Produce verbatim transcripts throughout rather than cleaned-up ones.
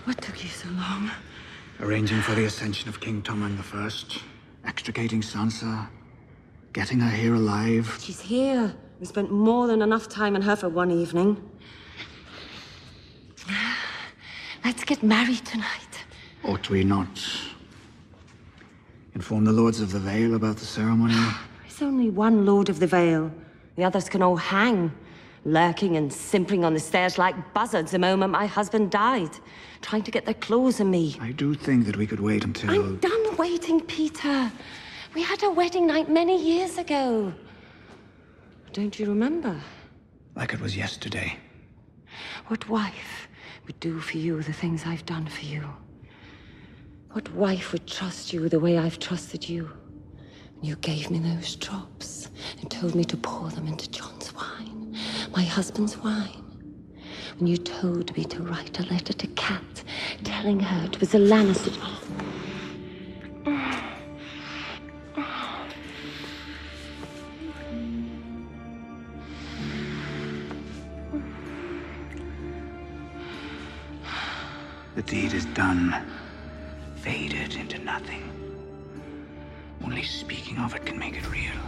What took you so long? Arranging for the ascension of King Tommen the First, extricating Sansa, getting her here alive. She's here. We spent more than enough time on her for one evening. Let's get married tonight. Ought we not inform the Lords of the Vale about the ceremony? There's only one Lord of the Vale. The others can all hang, lurking and simpering on the stairs like buzzards the moment my husband died, trying to get their claws on me. I do think that we could wait until... I'm done waiting, Peter. We had a wedding night many years ago. Don't you remember? Like it was yesterday. What wife would do for you the things I've done for you? What wife would trust you the way I've trusted you? You gave me those drops and told me to pour them into John's wine, my husband's wine. When you told me to write a letter to Kat, telling her it was a Lannister. The deed is done, faded into nothing. Only speaking of it can make it real.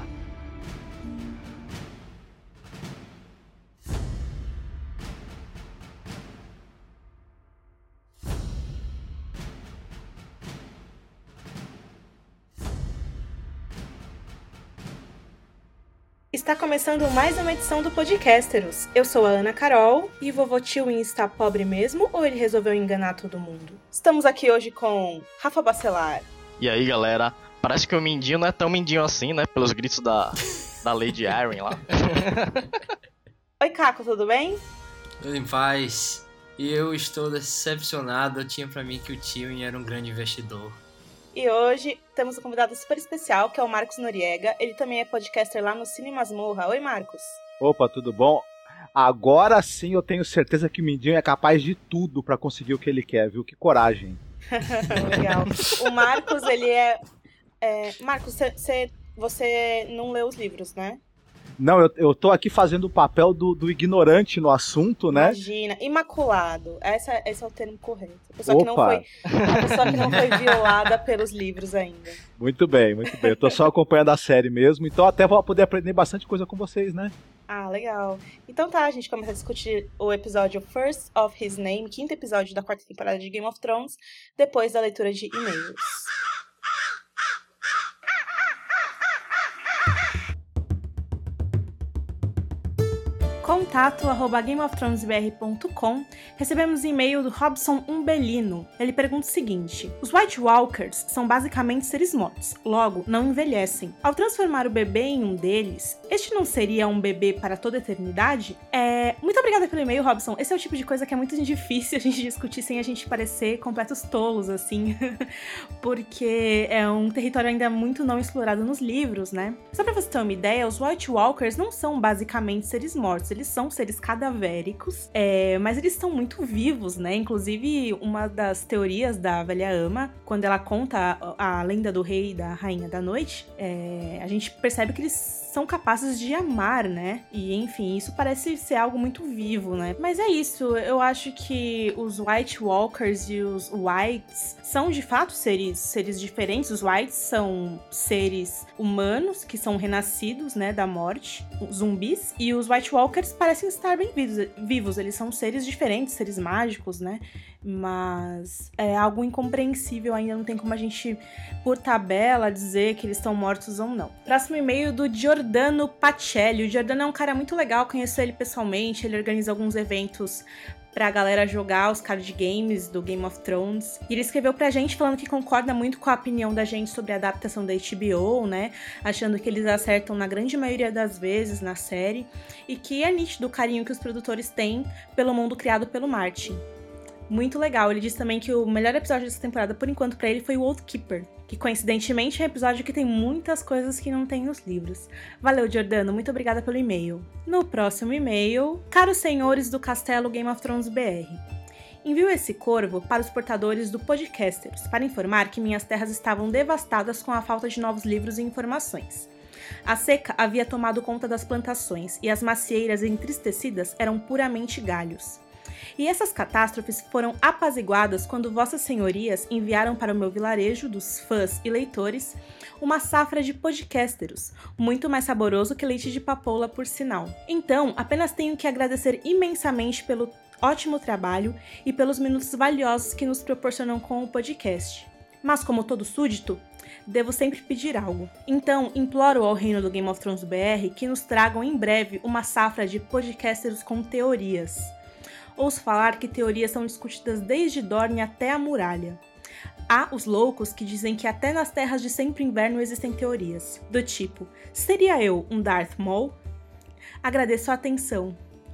Está começando mais uma edição do Podcasteros. Eu sou a Ana Carol e vovô Tywin está pobre mesmo ou ele resolveu enganar todo mundo? Estamos aqui hoje com Rafa Bacelar. E aí, galera? Parece que o Mindinho não é tão mindinho assim, né? Pelos gritos da, da Lady Arryn lá. Oi, Caco, tudo bem? Tudo em paz. E eu estou decepcionado. Eu tinha pra mim que o Tywin era um grande investidor. E hoje temos um convidado super especial, que é o Marcos Noriega. Ele também é podcaster lá no Cine Masmorra. Oi, Marcos. Opa, tudo bom? Agora sim eu tenho certeza que o Mindinho é capaz de tudo pra conseguir o que ele quer, viu? Que coragem. Legal. O Marcos, ele é... é... Marcos, cê, cê, você não leu os livros, né? Não, eu, eu tô aqui fazendo o papel do, do ignorante no assunto, né? Imagina, imaculado. Essa, esse é o termo correto. A pessoa, que não, Opa. foi, a pessoa que não foi violada pelos livros ainda. Muito bem, muito bem. Eu tô só acompanhando a série mesmo, então até vou poder aprender bastante coisa com vocês, né? Ah, legal. Então tá, a gente começa a discutir o episódio First of His Name, quinto episódio da quarta temporada de Game of Thrones, depois da leitura de e-mails. Contato arroba gameofthronesbr ponto com. Recebemos e-mail do Robson Umbelino. Ele pergunta o seguinte: os White Walkers são basicamente seres mortos, logo não envelhecem. Ao transformar o bebê em um deles, este não seria um bebê para toda a eternidade? É... Muito obrigada pelo e-mail, Robson. Esse é o tipo de coisa que é muito difícil a gente discutir sem a gente parecer completos tolos, assim, porque é um território ainda muito não explorado nos livros, né? Só pra você ter uma ideia, os White Walkers não são basicamente seres mortos. Eles são seres cadavéricos, é, mas eles estão muito vivos, né? Inclusive, uma das teorias da Velha Ama, quando ela conta a, a lenda do rei e da rainha da noite, é, a gente percebe que eles são capazes de amar, né? E, enfim, isso parece ser algo muito vivo, né? Mas é isso, eu acho que os White Walkers e os Whites são, de fato, seres, seres diferentes. Os Whites são seres humanos que são renascidos, né, da morte, zumbis, e os White Walkers parecem estar bem vivos, vivos. Eles são seres diferentes, seres mágicos, né? Mas é algo incompreensível, ainda não tem como a gente, por tabela, dizer que eles estão mortos ou não. Próximo e-mail do Giordano Pacelli. O Giordano é um cara muito legal, conheço ele pessoalmente, ele organiza alguns eventos pra galera jogar os card games do Game of Thrones. E ele escreveu pra gente falando que concorda muito com a opinião da gente sobre a adaptação da H B O, né? Achando que eles acertam na grande maioria das vezes na série. E que é nítido o carinho que os produtores têm pelo mundo criado pelo Martin. Muito legal. Ele disse também que o melhor episódio dessa temporada, por enquanto, pra ele foi o Oath Keeper, que coincidentemente é um episódio que tem muitas coisas que não tem nos livros. Valeu, Giordano, muito obrigada pelo e-mail. No próximo e-mail, caros senhores do Castelo Game of Thrones B R, envio esse corvo para os portadores do Podcasters, para informar que minhas terras estavam devastadas com a falta de novos livros e informações. A seca havia tomado conta das plantações e as macieiras entristecidas eram puramente galhos. E essas catástrofes foram apaziguadas quando vossas senhorias enviaram para o meu vilarejo dos fãs e leitores uma safra de podcasteros, muito mais saboroso que leite de papoula, por sinal. Então, apenas tenho que agradecer imensamente pelo ótimo trabalho e pelos minutos valiosos que nos proporcionam com o podcast. Mas, como todo súdito, devo sempre pedir algo. Então, imploro ao reino do Game of Thrones B R que nos tragam em breve uma safra de podcasters com teorias. Ouço falar que teorias são discutidas desde Dorne até a muralha. Há os loucos que dizem que até nas terras de sempre inverno existem teorias, do tipo, seria eu um Darth Maul? Agradeço a atenção.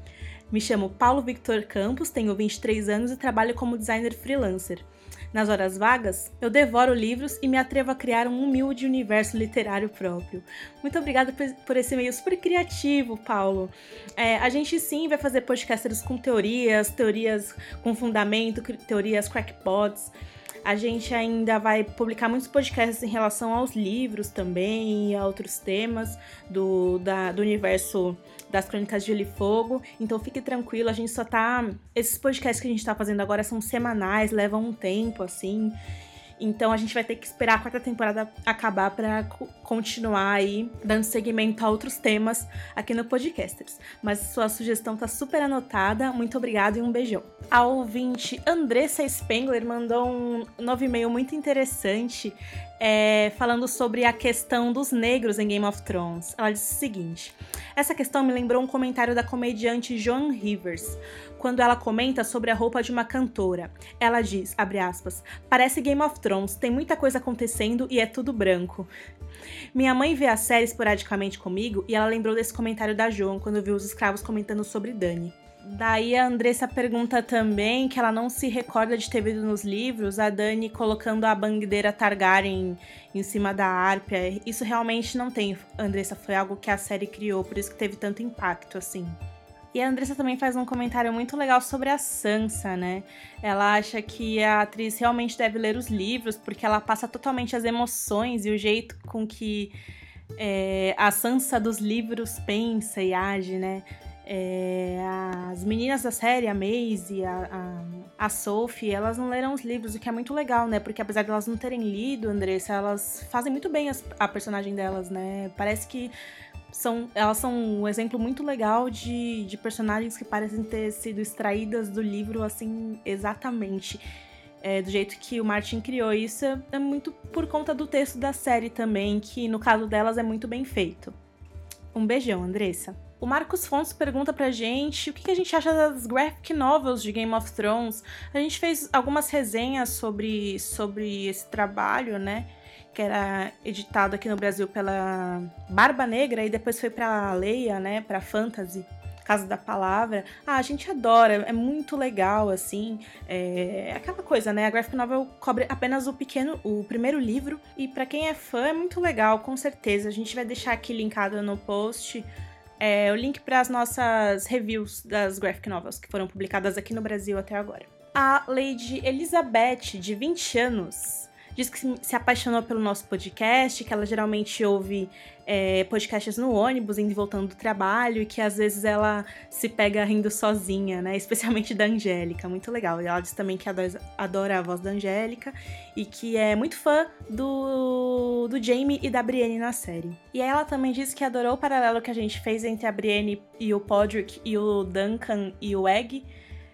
Me chamo Paulo Victor Campos, tenho vinte e três anos e trabalho como designer freelancer. Nas horas vagas, eu devoro livros e me atrevo a criar um humilde universo literário próprio. Muito obrigada por esse meio super criativo, Paulo. É, a gente sim vai fazer podcasters com teorias, teorias com fundamento, teorias crackpots. A gente ainda vai publicar muitos podcasts em relação aos livros também e a outros temas do, da, do universo das Crônicas de Gelo e Fogo. Então fique tranquilo, a gente só tá... Esses podcasts que a gente tá fazendo agora são semanais, levam um tempo, assim. Então a gente vai ter que esperar a quarta temporada acabar para continuar aí dando seguimento a outros temas aqui no Podcasters. Mas sua sugestão tá super anotada, muito obrigada e um beijão. A ouvinte Andressa Spengler mandou um novo e-mail muito interessante é, falando sobre a questão dos negros em Game of Thrones. Ela disse o seguinte: essa questão me lembrou um comentário da comediante Joan Rivers, quando ela comenta sobre a roupa de uma cantora. Ela diz, abre aspas, parece Game of Thrones, tem muita coisa acontecendo e é tudo branco. Minha mãe vê a série esporadicamente comigo e ela lembrou desse comentário da Joan quando viu os escravos comentando sobre Dany. Daí a Andressa pergunta também que ela não se recorda de ter visto nos livros a Dany colocando a bandeira Targaryen em cima da Árpia. Isso realmente não tem, Andressa, foi algo que a série criou, por isso que teve tanto impacto, assim. E a Andressa também faz um comentário muito legal sobre a Sansa, né? Ela acha que a atriz realmente deve ler os livros, porque ela passa totalmente as emoções e o jeito com que é, a Sansa dos livros pensa e age, né? É, as meninas da série, a Maisie, a, a, a Sophie, elas não leram os livros, o que é muito legal, né? Porque apesar de elas não terem lido, Andressa, elas fazem muito bem as, a personagem delas, né? Parece que São, elas são um exemplo muito legal de, de personagens que parecem ter sido extraídas do livro, assim, exatamente. É, do jeito que o Martin criou. Isso é, é muito por conta do texto da série também, que no caso delas é muito bem feito. Um beijão, Andressa. O Marcos Fontes pergunta pra gente o que a gente acha das graphic novels de Game of Thrones. A gente fez algumas resenhas sobre, sobre esse trabalho, né? Que era editado aqui no Brasil pela Barba Negra e depois foi pra Leia, né, pra Fantasy, Casa da Palavra. Ah, a gente adora, é muito legal, assim, é aquela coisa, né, a graphic novel cobre apenas o pequeno, o primeiro livro, e pra quem é fã é muito legal, com certeza. A gente vai deixar aqui linkado no post é, o link para as nossas reviews das graphic novels que foram publicadas aqui no Brasil até agora. A Lady Elizabeth, de vinte anos... diz que se apaixonou pelo nosso podcast, que ela geralmente ouve é, podcasts no ônibus, indo e voltando do trabalho, e que às vezes ela se pega rindo sozinha, né? Especialmente da Angélica, muito legal. E ela diz também que adora, adora a voz da Angélica e que é muito fã do, do Jaime e da Brienne na série. E aí ela também diz que adorou o paralelo que a gente fez entre a Brienne e o Podrick e o Duncan e o Egg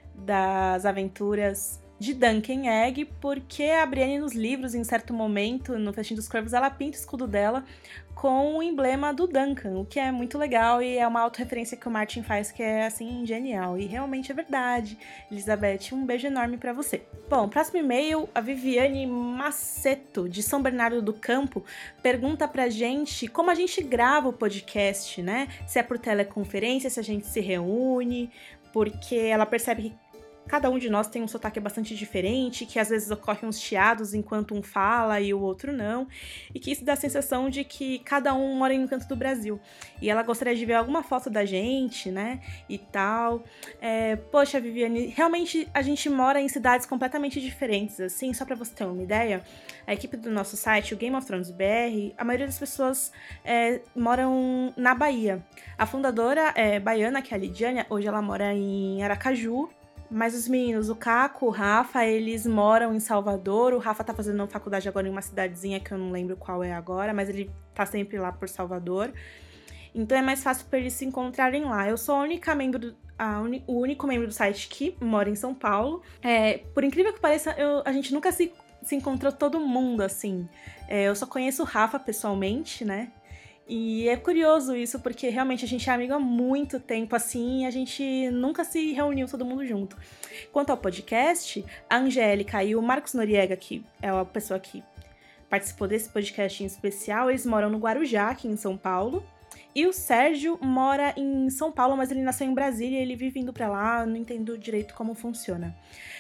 das aventuras de Duncan Egg, porque a Brienne nos livros, em certo momento, no Festim dos Corvos, ela pinta o escudo dela com o emblema do Duncan, o que é muito legal e é uma autorreferência que o Martin faz que é, assim, genial. E realmente é verdade. Elizabeth, um beijo enorme pra você. Bom, próximo e-mail, a Viviane Maceto, de São Bernardo do Campo, pergunta pra gente como a gente grava o podcast, né? Se é por teleconferência, se a gente se reúne, porque ela percebe que cada um de nós tem um sotaque bastante diferente, que às vezes ocorrem uns chiados enquanto um fala e o outro não, e que isso dá a sensação de que cada um mora em um canto do Brasil. E ela gostaria de ver alguma foto da gente, né, e tal. É, poxa, Viviane, realmente a gente mora em cidades completamente diferentes, assim, só pra você ter uma ideia, a equipe do nosso site, o Game of Thrones B R, a maioria das pessoas é, moram na Bahia. A fundadora é baiana, que é a Lidiane, hoje ela mora em Aracaju, Mas os meninos, o Caco, o Rafa, eles moram em Salvador. O Rafa tá fazendo faculdade agora em uma cidadezinha que eu não lembro qual é agora, mas ele tá sempre lá por Salvador. Então é mais fácil pra eles se encontrarem lá. Eu sou a única membro do, a uni, o único membro do site que mora em São Paulo. É, por incrível que pareça, eu, a gente nunca se, se encontrou todo mundo, assim. É, eu só conheço o Rafa pessoalmente, né? E é curioso isso, porque realmente a gente é amigo há muito tempo, assim, e a gente nunca se reuniu todo mundo junto. Quanto ao podcast, a Angélica e o Marcos Noriega, que é a pessoa que participou desse podcast em especial, eles moram no Guarujá, aqui em São Paulo. E o Sérgio mora em São Paulo, mas ele nasceu em Brasília e ele vive indo pra lá, não entendo direito como funciona.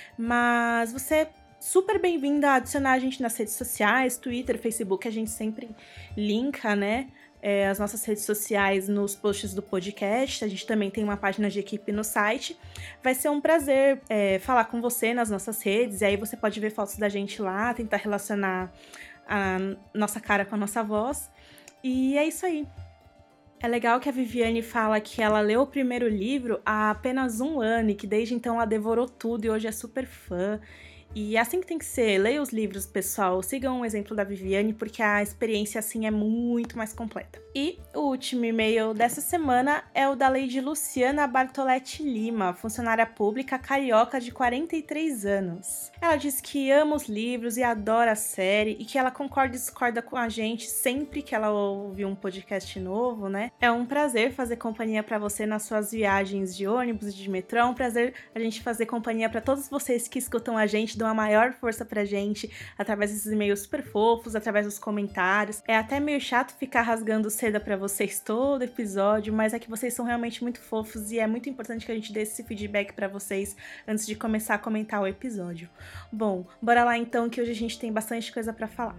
Mas você é super bem-vinda a adicionar a gente nas redes sociais, Twitter, Facebook, a gente sempre linka, né? É, as nossas redes sociais nos posts do podcast. A gente também tem uma página de equipe no site. Vai ser um prazer é, falar com você nas nossas redes, e aí você pode ver fotos da gente lá, tentar relacionar a nossa cara com a nossa voz. E é isso aí. É legal que a Viviane fala que ela leu o primeiro livro há apenas um ano e que desde então ela devorou tudo e hoje é super fã. E é assim que tem que ser. Leia os livros, pessoal. Sigam o exemplo da Viviane, porque a experiência, assim, é muito mais completa. E o último e-mail dessa semana é o da Lady Luciana Bartoletti Lima, funcionária pública carioca de quarenta e três anos. Ela diz que ama os livros e adora a série, e que ela concorda e discorda com a gente sempre que ela ouve um podcast novo, né? É um prazer fazer companhia pra você nas suas viagens de ônibus e de metrô. É um prazer a gente fazer companhia pra todos vocês que escutam a gente, dão a maior força pra gente através desses e-mails super fofos, através dos comentários. É até meio chato ficar rasgando seda pra vocês todo episódio, mas é que vocês são realmente muito fofos e é muito importante que a gente dê esse feedback pra vocês antes de começar a comentar o episódio. Bom, bora lá então, que hoje a gente tem bastante coisa pra falar.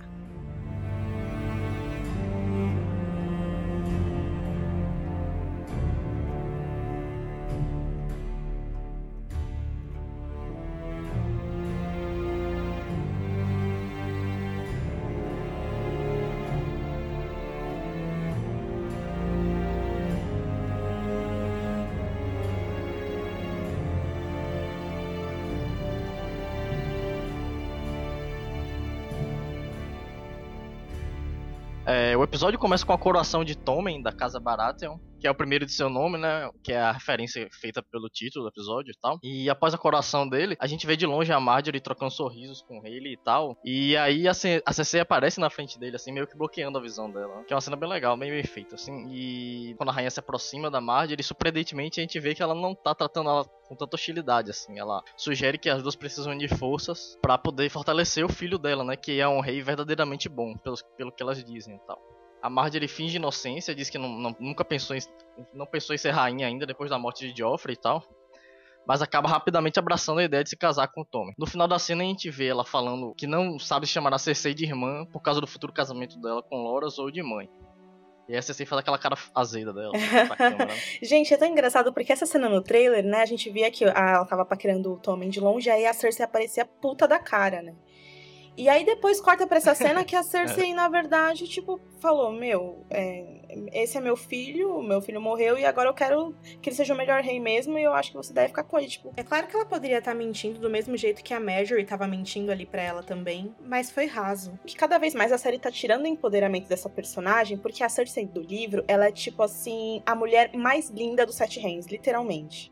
É, o episódio começa com a coroação de Tommen, da Casa Baratheon, que é o primeiro de seu nome, né? Que é a referência feita pelo título do episódio e tal. E após a coroação dele, a gente vê de longe a Marjorie trocando sorrisos com ele e tal. E aí a, C- a Cersei aparece na frente dele, assim, meio que bloqueando a visão dela. Que é uma cena bem legal, bem bem feita, assim. E quando a rainha se aproxima da Marjorie, surpreendentemente a gente vê que ela não tá tratando ela com tanta hostilidade, assim. Ela sugere que as duas precisam unir forças pra poder fortalecer o filho dela, né? Que é um rei verdadeiramente bom, pelo, pelo que elas dizem e tal. A Marjorie finge inocência, diz que não, não, nunca pensou em, não pensou em ser rainha ainda depois da morte de Joffrey e tal. Mas acaba rapidamente abraçando a ideia de se casar com o Tommen. No final da cena a gente vê ela falando que não sabe se chamar a Cersei de irmã por causa do futuro casamento dela com Loras ou de mãe. E a Cersei faz aquela cara azeda dela pra câmera. Gente, é tão engraçado porque essa cena no trailer, né, a gente via que a, ela tava paquerando o Tommen de longe, aí a Cersei aparecia puta da cara, né? E aí depois corta pra essa cena que a Cersei, na verdade, tipo, falou, meu, é, esse é meu filho, meu filho morreu e agora eu quero que ele seja o melhor rei mesmo e eu acho que você deve ficar com ele, tipo. É claro que ela poderia estar mentindo do mesmo jeito que a Marjorie tava mentindo ali pra ela também, mas foi raso. Que cada vez mais a série tá tirando o empoderamento dessa personagem, porque a Cersei do livro, ela é tipo assim, a mulher mais linda dos Sete Reinos, literalmente.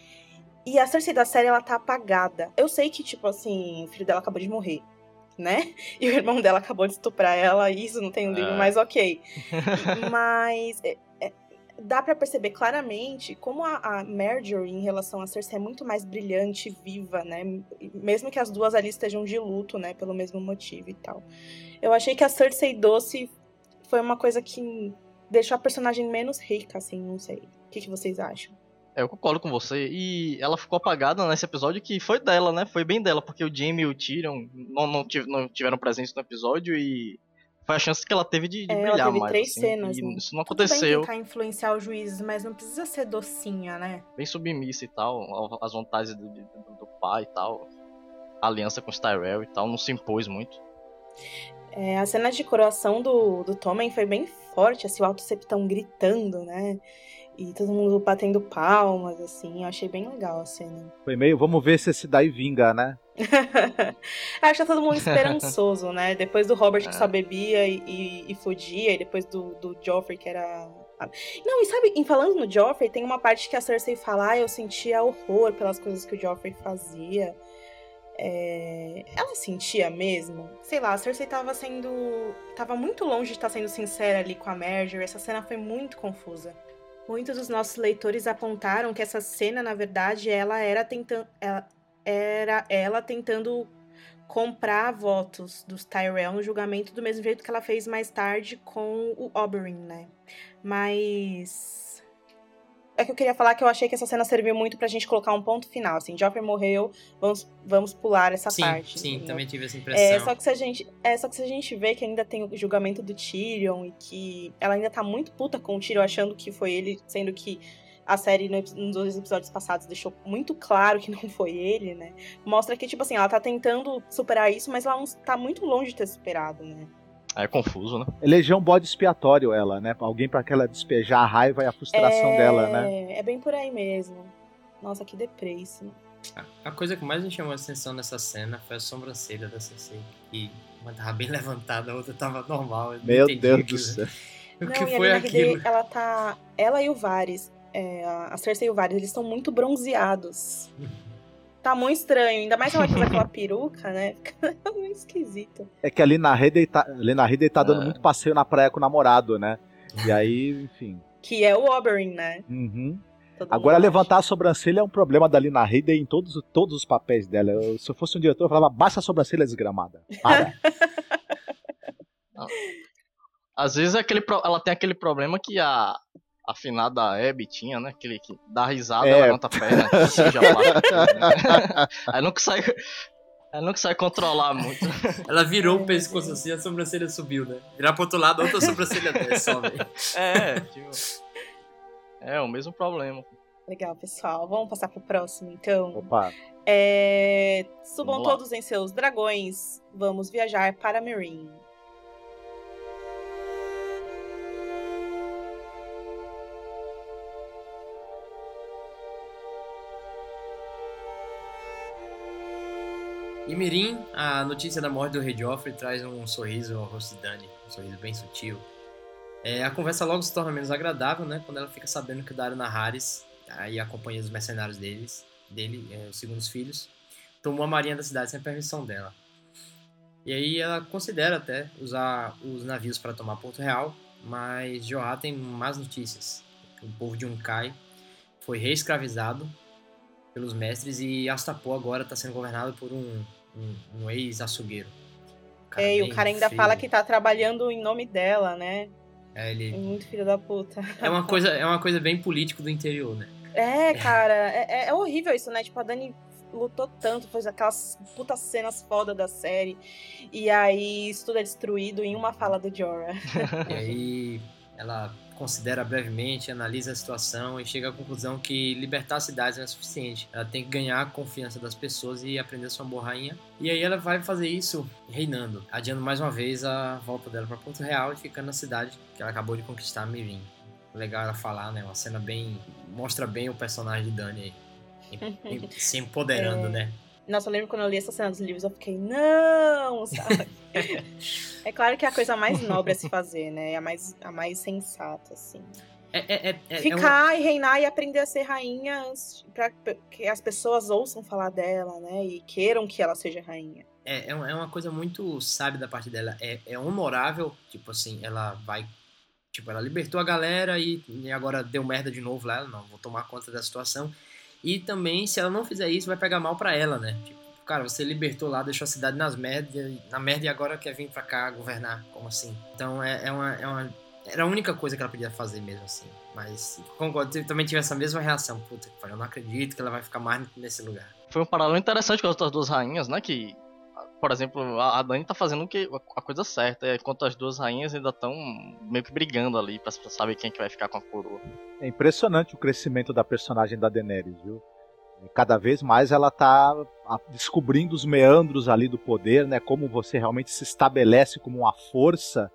E a Cersei da série, ela tá apagada. Eu sei que, tipo assim, o filho dela acabou de morrer, né? E o irmão dela acabou de estuprar ela, e isso não tem no livro, É. mas ok. Mas é, é, dá pra perceber claramente como a, a Marjorie, em relação a Cersei, é muito mais brilhante, viva, né? Mesmo que as duas ali estejam de luto, né? Pelo mesmo motivo e tal. Eu achei que a Cersei doce foi uma coisa que deixou a personagem menos rica, assim, não sei. O que, que vocês acham? É, eu concordo com você. E ela ficou apagada nesse episódio que foi dela, né? Foi bem dela, porque o Jaime e o Tyrion não, não, tiv- não tiveram presentes no episódio e foi a chance que ela teve de, de É, brilhar ela teve mais. três assim, cenas, e né? isso não Tudo bem aconteceu. tentar influenciar os juízes, mas não precisa ser docinha, né? Bem submissa e tal, ao- às vontades do, do, do pai e tal. A aliança com os Tyrell e tal, não se impôs muito. É, a cena de coroação do, do Tommen foi bem forte, assim, o Alto Septão gritando, né? E todo mundo batendo palmas, assim. Eu achei bem legal a cena. Foi meio, vamos ver se esse daí vinga, né? Acho que tá todo mundo esperançoso, né? Depois do Robert que só bebia e, e, e fudia, e depois do, do Joffrey que era... Não, e sabe, em falando no Joffrey, tem uma parte que a Cersei fala, ah, eu sentia horror pelas coisas que o Joffrey fazia. É... Ela sentia mesmo? Sei lá, a Cersei tava sendo... Tava muito longe de estar sendo sincera ali com a Margaery. Essa cena foi muito confusa. Muitos dos nossos leitores apontaram que essa cena, na verdade, ela era tentando... Ela... Era ela tentando comprar votos dos Tyrell no julgamento do mesmo jeito que ela fez mais tarde com o Oberyn, né? Mas... É que eu queria falar que eu achei que essa cena serviu muito pra gente colocar um ponto final, assim, Joffrey morreu, vamos, vamos pular essa sim, parte. Sim, entendeu? também tive essa impressão. É, só que se a gente, é, só que se a gente vê que ainda tem o julgamento do Tyrion e que ela ainda tá muito puta com o Tyrion, achando que foi ele, sendo que a série, nos dois episódios passados, deixou muito claro que não foi ele, né? Mostra que, tipo assim, ela tá tentando superar isso, mas ela não tá muito longe de ter superado, né? É confuso, né? Eleger um bode expiatório, ela, né? Alguém pra que ela despejar a raiva e a frustração é... dela, né? É bem por aí mesmo. Nossa, que deprê isso. A coisa que mais me chamou a atenção nessa cena foi a sobrancelha da Cersei, que uma tava bem levantada, a outra tava normal. Meu Deus do céu. O não, que e foi a aquilo? Hidê, ela tá... Ela e o Varys, é, a Cersei e o Varys, eles estão muito bronzeados. Tá muito estranho, ainda mais ela com aquela peruca, né? Fica meio esquisito. É que a Lina Headey tá, Lina Headey tá dando É. muito passeio na praia com o namorado, né? E aí, enfim... Que é o Oberyn, né? Uhum. Todo Agora, mundo levantar a sobrancelha é um problema da Lina Headey em todos, todos os papéis dela. Eu, se eu fosse um diretor, eu falava, baixa a sobrancelha desgramada. Para. Às vezes é aquele, pro- ela tem aquele problema que a a finada Abby tinha, né? Aquele que dá risada, É. levanta a perna, suja a plástica, né? Aí não consegue, aí não consegue controlar muito. Ela virou o pescoço assim, a sobrancelha subiu, né? Virar pro outro lado, a outra sobrancelha desce, só, velho. É, tipo, é o mesmo problema. Legal, pessoal. Vamos passar pro próximo, então. Opa. É... Subam Vamos lá. todos em seus dragões. Vamos viajar para Meereen. Em Meereen, a notícia da morte do rei Joffrey traz um sorriso ao rosto de Dany, um sorriso bem sutil. É, a conversa logo se torna menos agradável, né, quando ela fica sabendo que o Dario Naharis e a companhia dos mercenários deles, dele, é, os segundos filhos, tomou a marinha da cidade sem permissão dela. E aí ela considera até usar os navios para tomar Porto Real, mas Jorah tem más notícias. O povo de Unkai foi reescravizado pelos mestres e Astapor agora está sendo governado por um, um, um ex-açougueiro. Um É, e o bem cara ainda frio. fala que tá trabalhando em nome dela, né? É, ele... É muito filho da puta. é, uma coisa, é uma coisa bem político do interior, né? É, cara, é, é horrível isso, né? Tipo, a Dany lutou tanto, fez aquelas putas cenas foda da série, e aí isso tudo é destruído em uma fala do Jorah. E aí ela considera brevemente, analisa a situação e chega à conclusão que libertar as cidades não é suficiente. Ela tem que ganhar a confiança das pessoas e aprender a ser uma boa rainha. E aí ela vai fazer isso reinando, adiando mais uma vez a volta dela para Porto Real e ficando na cidade que ela acabou de conquistar, Meereen. Legal ela falar, né? Uma cena bem... mostra bem o personagem de Dany aí. Em- em- se empoderando, É. né? Nossa, eu lembro quando eu li essa cena dos livros, eu fiquei, não, sabe? É claro que é a coisa mais nobre a se fazer, né? É a mais, a mais sensata, assim. É, é, é, é, é uma- Ficar e reinar e aprender a ser rainha pra que as pessoas ouçam falar dela, né? E queiram que ela seja rainha. É, é uma é uma coisa muito sábia da parte dela. É, é honorável, tipo assim, ela vai... Tipo, ela libertou a galera e, e agora deu merda de novo lá. Ela, não, vou tomar conta da situação. E também, se ela não fizer isso, vai pegar mal pra ela, né? Tipo, cara, você libertou lá, deixou a cidade nas merda, na merda e agora quer vir pra cá governar. Como assim? Então, é, é, uma, é uma... Era a única coisa que ela podia fazer mesmo, assim. Mas, concordo, eu também tive essa mesma reação. Puta que pariu, eu não acredito que ela vai ficar mais nesse lugar. Foi um paralelo interessante com as outras duas rainhas, né? Que, por exemplo, a a Dany tá fazendo o que, a coisa certa, enquanto as duas rainhas ainda estão meio que brigando ali pra pra saber quem que vai ficar com a coroa. É impressionante o crescimento da personagem da Daenerys, viu? Cada vez mais ela tá a- descobrindo os meandros ali do poder, né? Como você realmente se estabelece como uma força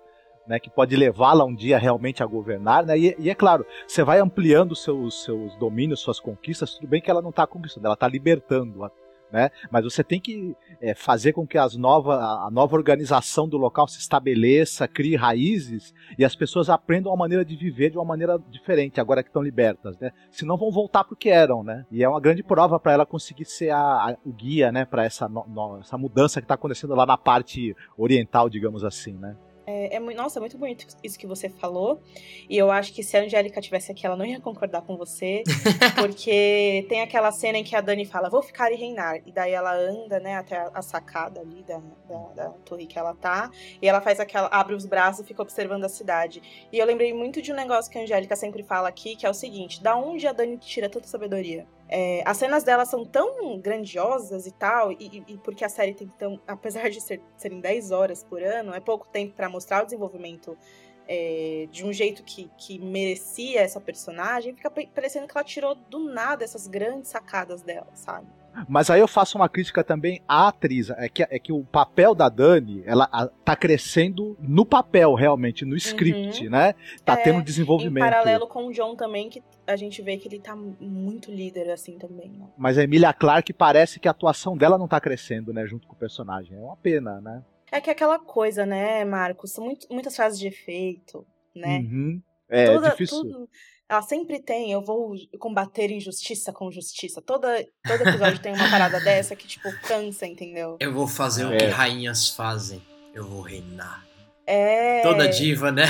né, que pode levá-la um dia realmente a governar, né, e, e é claro, você vai ampliando seus, seus domínios, suas conquistas, tudo bem que ela não está conquistando, ela está libertando, né, mas você tem que é, fazer com que as nova, a nova organização do local se estabeleça, crie raízes, e as pessoas aprendam a maneira de viver de uma maneira diferente, agora que estão libertas, né, senão vão voltar para o que eram, né, e é uma grande prova para ela conseguir ser a, a, o guia, né, para essa, no, essa mudança que está acontecendo lá na parte oriental, digamos assim, né. É, é, nossa, é muito bonito isso que você falou. E eu acho que se a Angélica tivesse aqui, ela não ia concordar com você. Porque tem aquela cena em que a Dani fala, vou ficar e reinar. E daí ela anda, né, até a sacada ali da, da, da torre que ela tá. E ela faz aquela, abre os braços e fica observando a cidade. E eu lembrei muito de um negócio que a Angélica sempre fala aqui, que é o seguinte, da onde a Dani tira tanta sabedoria? É, as cenas dela são tão grandiosas e tal, e, e porque a série tem tão, apesar de ser, serem dez horas por ano, é pouco tempo pra mostrar o desenvolvimento é, de um jeito que, que merecia essa personagem, fica parecendo que ela tirou do nada essas grandes sacadas dela, sabe? Mas aí eu faço uma crítica também à atriz, é que, é que o papel da Dani, ela a, tá crescendo no papel, realmente, no script, uhum. né? Tá é, tendo desenvolvimento. Em paralelo com o John também, que a gente vê que ele tá muito líder, assim, também, né? Mas a Emilia Clarke parece que a atuação dela não tá crescendo, né, junto com o personagem. É uma pena, né? É que é aquela coisa, né, Marcos? São muito, muitas frases de efeito, né? Uhum. É, Toda, é difícil. Tudo... Ela sempre tem, eu vou combater injustiça com justiça. Toda, todo episódio tem uma parada dessa que, tipo, cansa, entendeu? Eu vou fazer é. o que rainhas fazem. Eu vou reinar. É... Toda diva, né?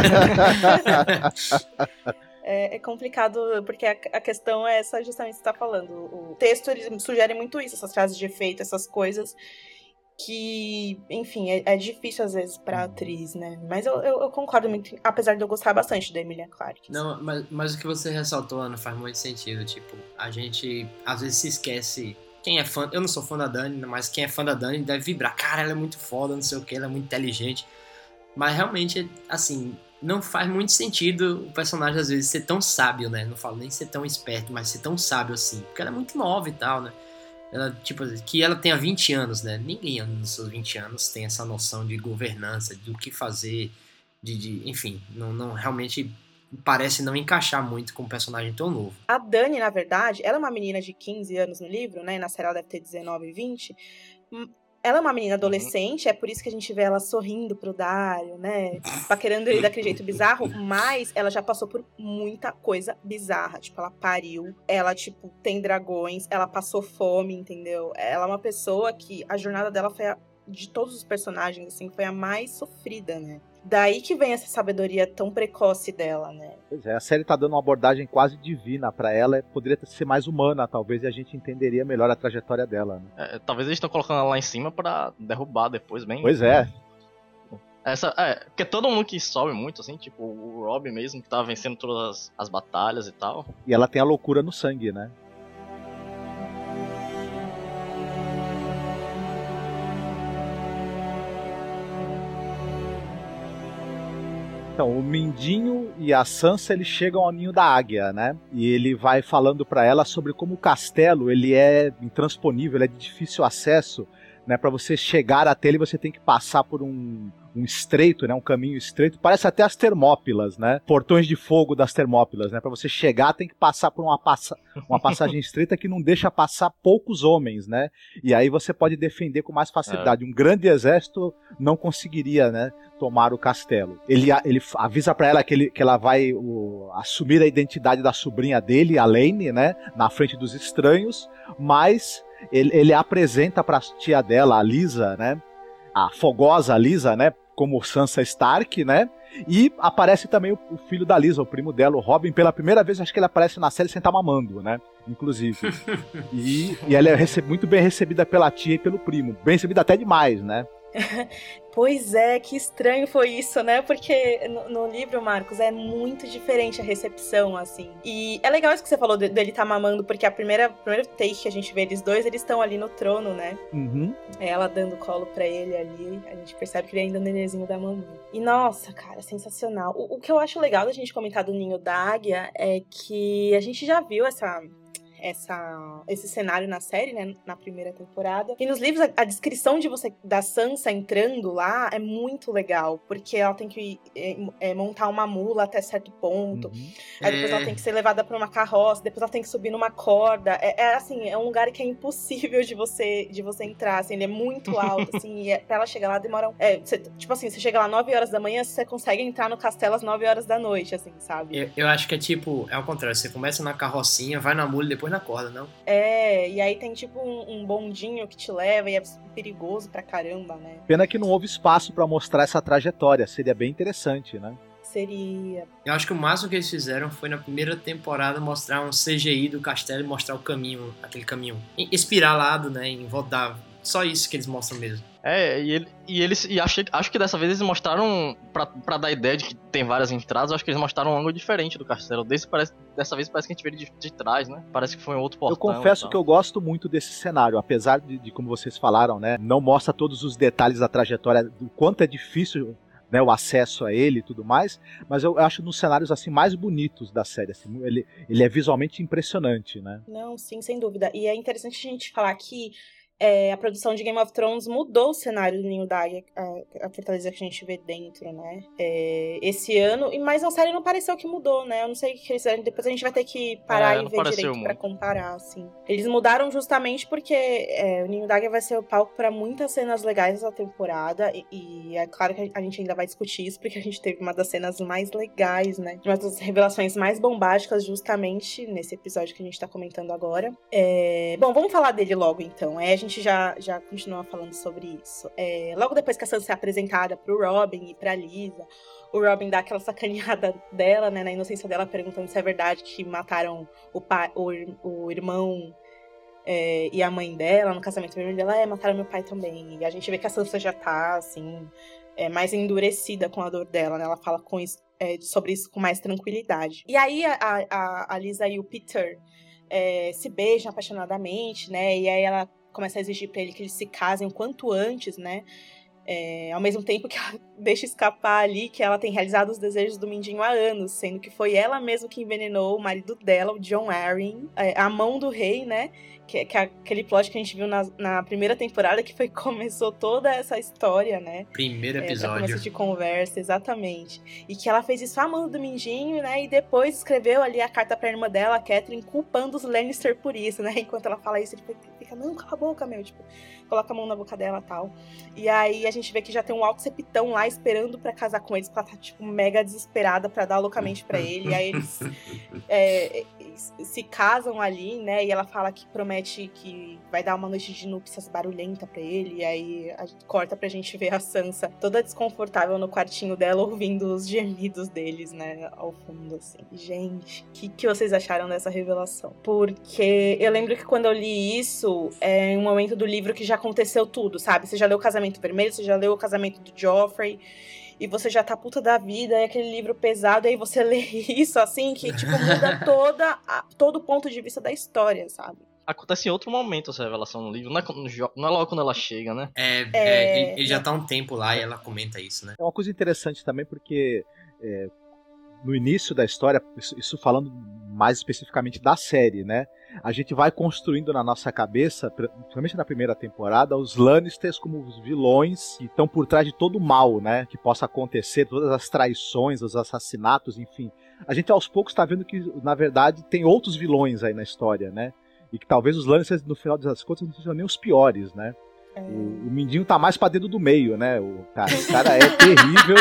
é, é complicado, porque a, a questão é essa justamente que você tá falando. O texto, ele sugere muito isso, essas frases de efeito, essas coisas que, enfim, é, é difícil às vezes pra atriz, né? Mas eu, eu, eu concordo muito, apesar de eu gostar bastante da Emilia Clarke. Não, mas, mas o que você ressaltou, Ana, faz muito sentido. Tipo, a gente às vezes se esquece. Quem é fã, eu não sou fã da Dani, mas quem é fã da Dani deve vibrar. Cara, ela é muito foda, não sei o que, ela é muito inteligente. Mas realmente, assim, não faz muito sentido o personagem às vezes ser tão sábio, né? Não falo nem ser tão esperto, mas ser tão sábio assim. Porque ela é muito nova e tal, né? Ela, tipo, que ela tenha vinte anos, né? Ninguém nos seus vinte anos tem essa noção de governança, do que fazer, de, de enfim, não, não realmente parece não encaixar muito com um personagem tão novo. A Dani, na verdade, ela é uma menina de quinze anos no livro, né? Na série ela deve ter dezenove, vinte. Ela é uma menina adolescente, é por isso que a gente vê ela sorrindo pro Dario, né? Paquerando ele daquele jeito bizarro, mas ela já passou por muita coisa bizarra. Tipo, ela pariu, ela, tipo, tem dragões, ela passou fome, entendeu? Ela é uma pessoa que a jornada dela foi, a, de todos os personagens, assim, foi a mais sofrida, né? Daí que vem essa sabedoria tão precoce dela, né? Pois é, a série tá dando uma abordagem quase divina pra ela, poderia ser mais humana, talvez, e a gente entenderia melhor a trajetória dela, né? É, talvez eles estão colocando ela lá em cima pra derrubar depois, bem... Pois é. Essa, é, porque todo mundo que sobe muito, assim, tipo o Robb mesmo, que tá vencendo todas as, as batalhas e tal. E ela tem a loucura no sangue, né? Então, o Mindinho e a Sansa, eles chegam ao Ninho da Águia, né? E ele vai falando pra ela sobre como o castelo, ele é intransponível, ele é de difícil acesso, né? Pra você chegar até ele, você tem que passar por um, um estreito, né? Um caminho estreito. Parece até as Termópilas, né? Portões de fogo das Termópilas, né? Pra você chegar, tem que passar por uma, passa uma passagem estreita que não deixa passar poucos homens, né? E aí você pode defender com mais facilidade. É. Um grande exército não conseguiria, né? Tomar o castelo. Ele, ele avisa pra ela que, ele, que ela vai o, assumir a identidade da sobrinha dele, a Laene, né? Na frente dos estranhos, mas ele, ele apresenta pra tia dela, a Lysa, né? A fogosa Lysa, né? Como Sansa Stark, né? E aparece também o, o filho da Lysa, o primo dela, o Robin. Pela primeira vez, acho que ele aparece na série sem estar mamando, né? Inclusive. E, e ela é receb- muito bem recebida pela tia e pelo primo. Bem recebida até demais, né? Pois é, que estranho foi isso, né? Porque no, no livro, Marcos, é muito diferente a recepção, assim. E é legal isso que você falou de, dele tá mamando, porque a primeira primeiro take que a gente vê eles dois, eles estão ali no trono, né? Uhum. É ela dando colo pra ele ali, a gente percebe que ele ainda é o nenenzinho da mamãe. E nossa, cara, sensacional. O, o que eu acho legal da gente comentar do Ninho da Águia é que a gente já viu essa... essa, esse cenário na série, né, na primeira temporada. E nos livros, a, a descrição de você, da Sansa entrando lá é muito legal, porque ela tem que é, é, montar uma mula até certo ponto, Uhum. aí depois É. ela tem que ser levada pra uma carroça, depois ela tem que subir numa corda. É, é assim, é um lugar que é impossível de você, de você entrar, assim, ele é muito alto, assim, e é, pra ela chegar lá demora... É, você, tipo assim, você chega lá nove horas da manhã, você consegue entrar no castelo às nove horas da noite, assim, sabe? Eu, eu acho que é tipo, é ao contrário, você começa na carrocinha, vai na mula e depois na corda, não? É, e aí tem tipo um, um bondinho que te leva e é perigoso pra caramba, né? Pena que não houve espaço pra mostrar essa trajetória, seria bem interessante, né? Seria... Eu acho que o máximo que eles fizeram foi na primeira temporada mostrar um C G I do castelo e mostrar o caminho, aquele caminho espiralado, né, em volta da... Só isso que eles mostram mesmo. É, e, ele, e eles. E acho, acho que dessa vez eles mostraram. Pra, pra dar ideia de que tem várias entradas, eu acho que eles mostraram um ângulo diferente do castelo. Desse parece, dessa vez parece que a gente vê ele de, de trás, né? Parece que foi um outro portão. Eu confesso que eu gosto muito desse cenário, apesar de, de, como vocês falaram, né? Não mostra todos os detalhes da trajetória, do quanto é difícil, né, o acesso a ele e tudo mais, mas eu acho nos cenários assim mais bonitos da série, assim, ele, ele é visualmente impressionante, né? Não, sim, sem dúvida. E é interessante a gente falar que é, a produção de Game of Thrones mudou o cenário do Ninho da Águia, a, a fortaleza que a gente vê dentro, né? É, esse ano, mas a série não pareceu que mudou, né? Eu não sei o que eles fizeram, depois a gente vai ter que parar É, e não ver pareceu direito muito. pra comparar, assim. Eles mudaram justamente porque é, o Ninho da Águia vai ser o palco pra muitas cenas legais dessa temporada, e, e é claro que a gente ainda vai discutir isso, porque a gente teve uma das cenas mais legais, né? Uma das revelações mais bombásticas justamente nesse episódio que a gente tá comentando agora. É, bom, vamos falar dele logo, então. Aí a gente já, já continua falando sobre isso. É, logo depois que a Sansa é apresentada pro Robin e pra Lisa, o Robin dá aquela sacaneada dela, né, na inocência dela, perguntando se é verdade que mataram o, pai, o, o irmão é, e a mãe dela no casamento vermelho dela. É, mataram meu pai também. E a gente vê que a Sansa já tá, assim, é, mais endurecida com a dor dela, né? Ela fala com isso, é, sobre isso com mais tranquilidade. E aí a, a, a Lisa e o Peter é, se beijam apaixonadamente, né? E aí ela começa a exigir pra ele que eles se casem o quanto antes, né? É, ao mesmo tempo que ela deixa escapar ali que ela tem realizado os desejos do Mindinho há anos, sendo que foi ela mesma que envenenou o marido dela, o Jon Arryn, é, a mão do rei, né? Que, que é aquele plot que a gente viu na, na primeira temporada, que foi começou toda essa história, né? Primeiro É, pra episódio. começo de conversa, exatamente. E que ela fez isso amando do Mindinho, né? E depois escreveu ali a carta pra irmã dela, a Catelyn, culpando os Lannister por isso, né? Enquanto ela fala isso, ele fica, não, cala a boca, meu, tipo, coloca a mão na boca dela e tal. E aí a gente vê que já tem um alto sepitão lá esperando pra casar com eles, porque ela tá, tipo, mega desesperada pra dar loucamente pra ele. E aí eles é, se casam ali, né? E ela fala que promete que vai dar uma noite de núpcias barulhenta pra ele. E aí a gente corta pra gente ver a Sansa toda desconfortável no quartinho dela, ouvindo os gemidos deles, né? Ao fundo, assim. Gente, o que, que vocês acharam dessa revelação? Porque eu lembro que quando eu li isso, é um momento do livro que já aconteceu tudo, sabe? Você já leu o Casamento Vermelho, você já leu o casamento do Joffrey, e você já tá puta da vida, é aquele livro pesado, e aí você lê isso, assim, que, tipo, muda toda a, todo o ponto de vista da história, sabe? Acontece em outro momento essa revelação no livro, não é, não é logo quando ela chega, né? É, É, é, ele, ele já tá há um tempo lá e ela comenta isso, né? É uma coisa interessante também porque é, no início da história, isso, isso falando mais especificamente da série, né? A gente vai construindo na nossa cabeça, principalmente na primeira temporada, os Lannisters como os vilões que estão por trás de todo o mal, né? Que possa acontecer, todas as traições, os assassinatos, enfim. A gente aos poucos está vendo que, na verdade, tem outros vilões aí na história, né? E que talvez os Lannisters, no final das contas, não sejam nem os piores, né? É. O, o Mindinho tá mais pra dedo do meio, né? O cara, o cara é terrível.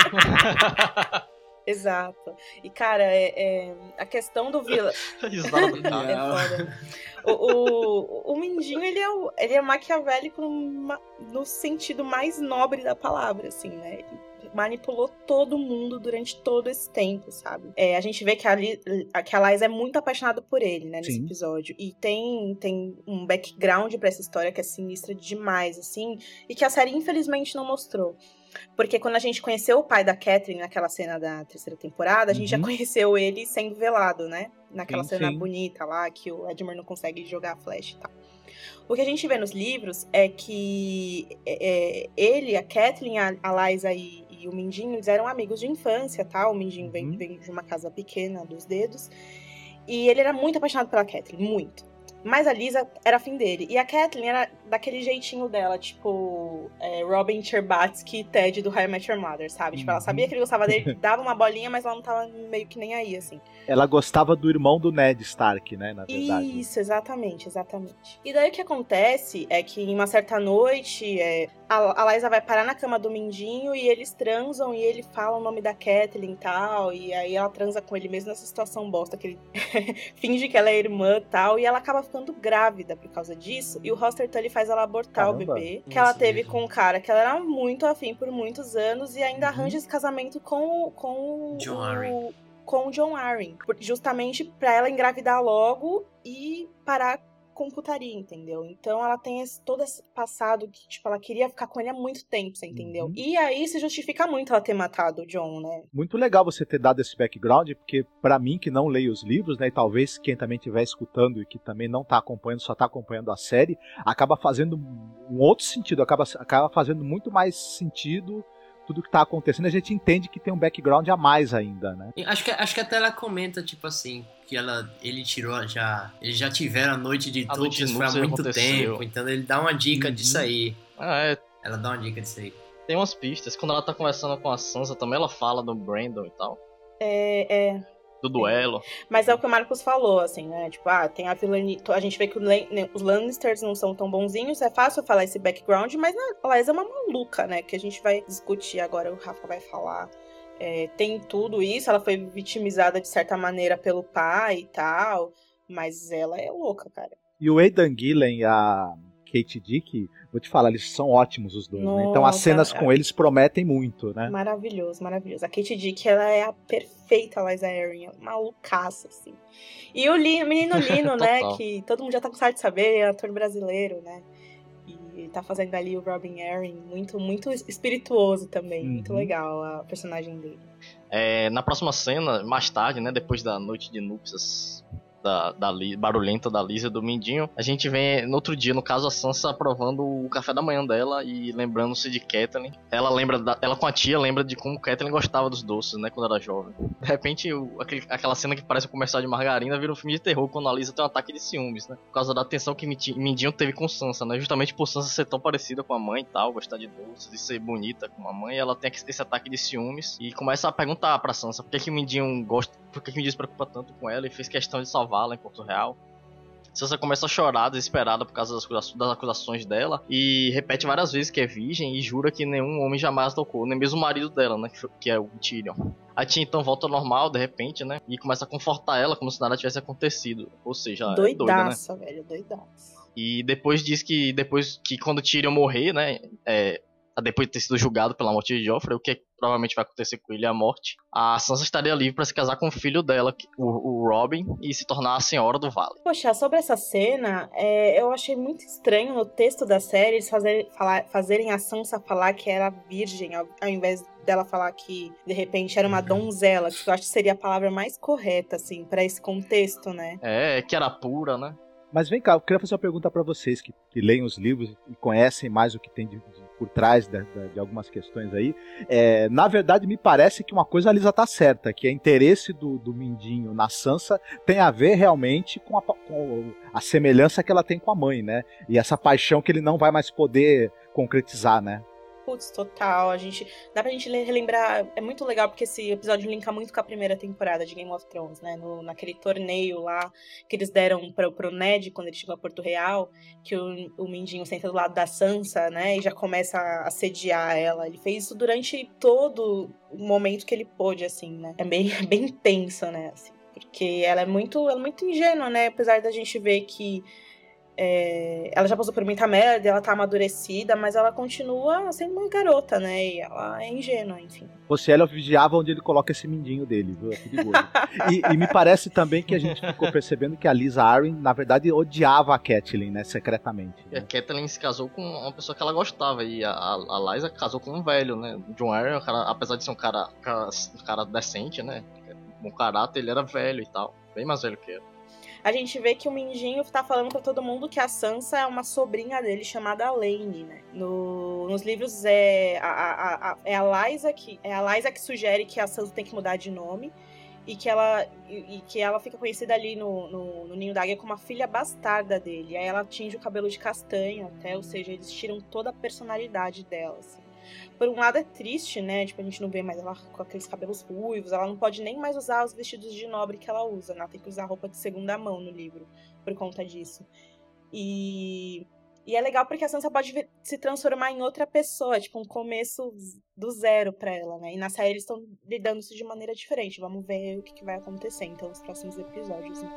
Exato. E, cara, é, é, a questão do vilão... é foda. O, o, o Mindinho, ele é, o, ele é maquiavélico no, no sentido mais nobre da palavra, assim, né? Ele manipulou todo mundo durante todo esse tempo, sabe? É, a gente vê que a, que a Liza é muito apaixonada por ele, né, nesse Sim. episódio. E tem, tem um background pra essa história que é sinistra demais, assim, e que a série, infelizmente, não mostrou. Porque quando a gente conheceu o pai da Catelyn naquela cena da terceira temporada, a gente uhum. já conheceu ele sendo velado, né? Naquela sim, cena sim. bonita lá, que o Edmure não consegue jogar a flecha e tal. O que a gente vê nos livros é que é, ele, a Catelyn, a, a Liza e, e o Mindinho, eles eram amigos de infância, tá? O Mindinho uhum. vem, vem de uma casa pequena dos dedos. E ele era muito apaixonado pela Catelyn, muito. Mas a Lisa era afim dele. E a Catelyn era daquele jeitinho dela, tipo é, Robin Cherbatsky e Ted do How I Met Your Mother, sabe? Tipo, ela sabia que ele gostava dele, dava uma bolinha, mas ela não tava meio que nem aí, assim. Ela gostava do irmão do Ned Stark, né, na verdade. Isso, exatamente, exatamente. E daí o que acontece é que em uma certa noite, é, a, a Lysa vai parar na cama do Mindinho e eles transam e ele fala o nome da Catelyn e tal, e aí ela transa com ele mesmo nessa situação bosta, que ele finge que ela é irmã e tal, e ela acaba ficando grávida por causa disso, e o Hoster Tully faz ela abortar Caramba. o bebê, que ela Isso teve mesmo. com um cara que ela era muito afim por muitos anos, e ainda Uhum. arranja esse casamento com, com John o... Arryn. com o John Arryn, por- justamente pra ela engravidar logo e parar com putaria, entendeu? Então ela tem esse, todo esse passado que, tipo, ela queria ficar com ele há muito tempo, você entendeu? Uhum. E aí se justifica muito ela ter matado o John, né? Muito legal você ter dado esse background, porque pra mim que não leio os livros, né, e talvez quem também estiver escutando e que também não tá acompanhando, só tá acompanhando a série, acaba fazendo um outro sentido, acaba, acaba fazendo muito mais sentido tudo que tá acontecendo. A gente entende que tem um background a mais ainda, né? E Acho que, acho que até ela comenta, tipo assim, que ela, ele tirou já. Eles já tiveram a noite de A noite Tucson de foi há núpcias muito aconteceu. tempo, então ele dá uma dica Uhum. disso aí. Ah, é, Ela dá uma dica disso aí. tem umas pistas. Quando ela tá conversando com a Sansa também, ela fala do Brandon e tal. É, é, Do duelo. mas é o que o Marcos falou, assim, né? Tipo, ah, tem a vilania. A gente vê que o Lan- né, os Lannisters não são tão bonzinhos, é fácil falar esse background, mas a Lysa é uma maluca, né? Que a gente vai discutir agora, o Rafa vai falar. É, tem tudo isso, ela foi vitimizada de certa maneira pelo pai e tal, mas ela é louca, cara. E o Aidan Gillen e a Kate Dick, vou te falar, eles são ótimos os dois, né? Então as Nossa, cenas é- com eles prometem muito, né? Maravilhoso, maravilhoso. A Kate Dick, ela é a perfeita Lysa Arryn, ela é malucaça, assim. E o, Li, o menino Lino, né, Total. que todo mundo já tá com saco de saber, é ator brasileiro, né, e tá fazendo ali o Robin Arryn, muito, muito espirituoso também, muito Uhum. legal a personagem dele. É, na próxima cena, mais tarde, né, depois da noite de núpcias da, da Li- barulhenta da Lisa e do Mindinho, a gente vê no outro dia, no caso, a Sansa aprovando o café da manhã dela e lembrando-se de Catelyn. Ela lembra, da, ela com a tia lembra de como Catelyn gostava dos doces, né, quando era jovem. De repente, o, aquele, aquela cena que parece um comercial de margarina vira um filme de terror quando a Lisa tem um ataque de ciúmes, né, por causa da atenção que Miti- Mindinho teve com Sansa, né, justamente por Sansa ser tão parecida com a mãe e tal, gostar de doces, de ser bonita com a mãe, ela tem esse ataque de ciúmes e começa a perguntar pra Sansa por que que o Mindinho gosta, por que que o Mindinho se preocupa tanto com ela e fez questão de salvá-la em Porto Real. Sansa começa a chorar, desesperada por causa das acusa- das acusações dela, e repete várias vezes que é virgem e jura que nenhum homem jamais tocou, nem mesmo o marido dela, né, que foi- que é o Tyrion. A tia então volta ao normal, de repente, né, e começa a confortar ela como se nada tivesse acontecido, ou seja, ela é doida, né? Doidaça, velho, doidaça. E depois diz que depois que quando Tyrion morrer, né, é, depois de ter sido julgado pela morte de Joffrey, o que provavelmente vai acontecer com ele é a morte, a Sansa estaria livre para se casar com o filho dela, que- o, o Robin, e se tornar a Senhora do Vale. Poxa, sobre essa cena, é, eu achei muito estranho no texto da série eles fazerem, falar, fazerem a Sansa falar que era virgem, ao, ao invés dela falar que, de repente, era uma donzela, que eu acho que seria a palavra mais correta, assim, pra esse contexto, né? É, que era pura, né? Mas vem cá, eu queria fazer uma pergunta para vocês que, que leem os livros e conhecem mais o que tem de, de- por trás de, de- de algumas questões aí. É, na verdade, me parece que uma coisa a Lisa tá certa, que é interesse do, do Mindinho na Sansa tem a ver realmente com a, com a semelhança que ela tem com a mãe, né? E essa paixão que ele não vai mais poder concretizar, né? Putz, total. A gente. Dá pra gente le- relembrar. É muito legal porque esse episódio linka muito com a primeira temporada de Game of Thrones, né? No, naquele torneio lá que eles deram pro, pro Ned quando ele chegou a Porto Real, que o, o Mindinho senta do lado da Sansa, né? E já começa a assediar ela. Ele fez isso durante todo o momento que ele pôde, assim, né? É bem, é bem tenso, né? Assim, porque ela é muito, ela é muito ingênua, né? Apesar da gente ver que. É, ela já passou por muita merda, ela tá amadurecida, mas ela continua sendo uma garota, né? E ela é ingênua, enfim. Você ela vigiava onde ele coloca esse mindinho dele, viu? É perigoso. e, e me parece também que a gente ficou percebendo que a Lisa Arryn, na verdade, odiava a Catelyn, né? Secretamente. E a Né? Catelyn se casou com uma pessoa que ela gostava, e a, a, a Lysa casou com um velho, né? O John Arryn, um cara, apesar de ser um cara, cara, um cara decente, né? Um caráter, ele era velho e tal. Bem mais velho que ela. A gente vê que o Mindinho tá falando pra todo mundo que a Sansa é uma sobrinha dele chamada Laene, né? No, nos livros é a, a, a, é a Lysa que é a Lysa que sugere que a Sansa tem que mudar de nome. e que ela, e, e que ela fica conhecida ali no, no, no Ninho da Águia como a filha bastarda dele. Aí ela tinge o cabelo de castanho até, ou seja, eles tiram toda a personalidade dela, assim. Por um lado é triste, né? Tipo, a gente não vê mais ela com aqueles cabelos ruivos, ela não pode nem mais usar os vestidos de nobre que ela usa, né? Ela tem que usar roupa de segunda mão no livro, por conta disso. E... E é legal porque a Sansa pode se transformar em outra pessoa, tipo, um começo do zero pra ela, né? E na série eles estão lidando isso de maneira diferente. Vamos ver o que, que vai acontecer, então, nos próximos episódios, né?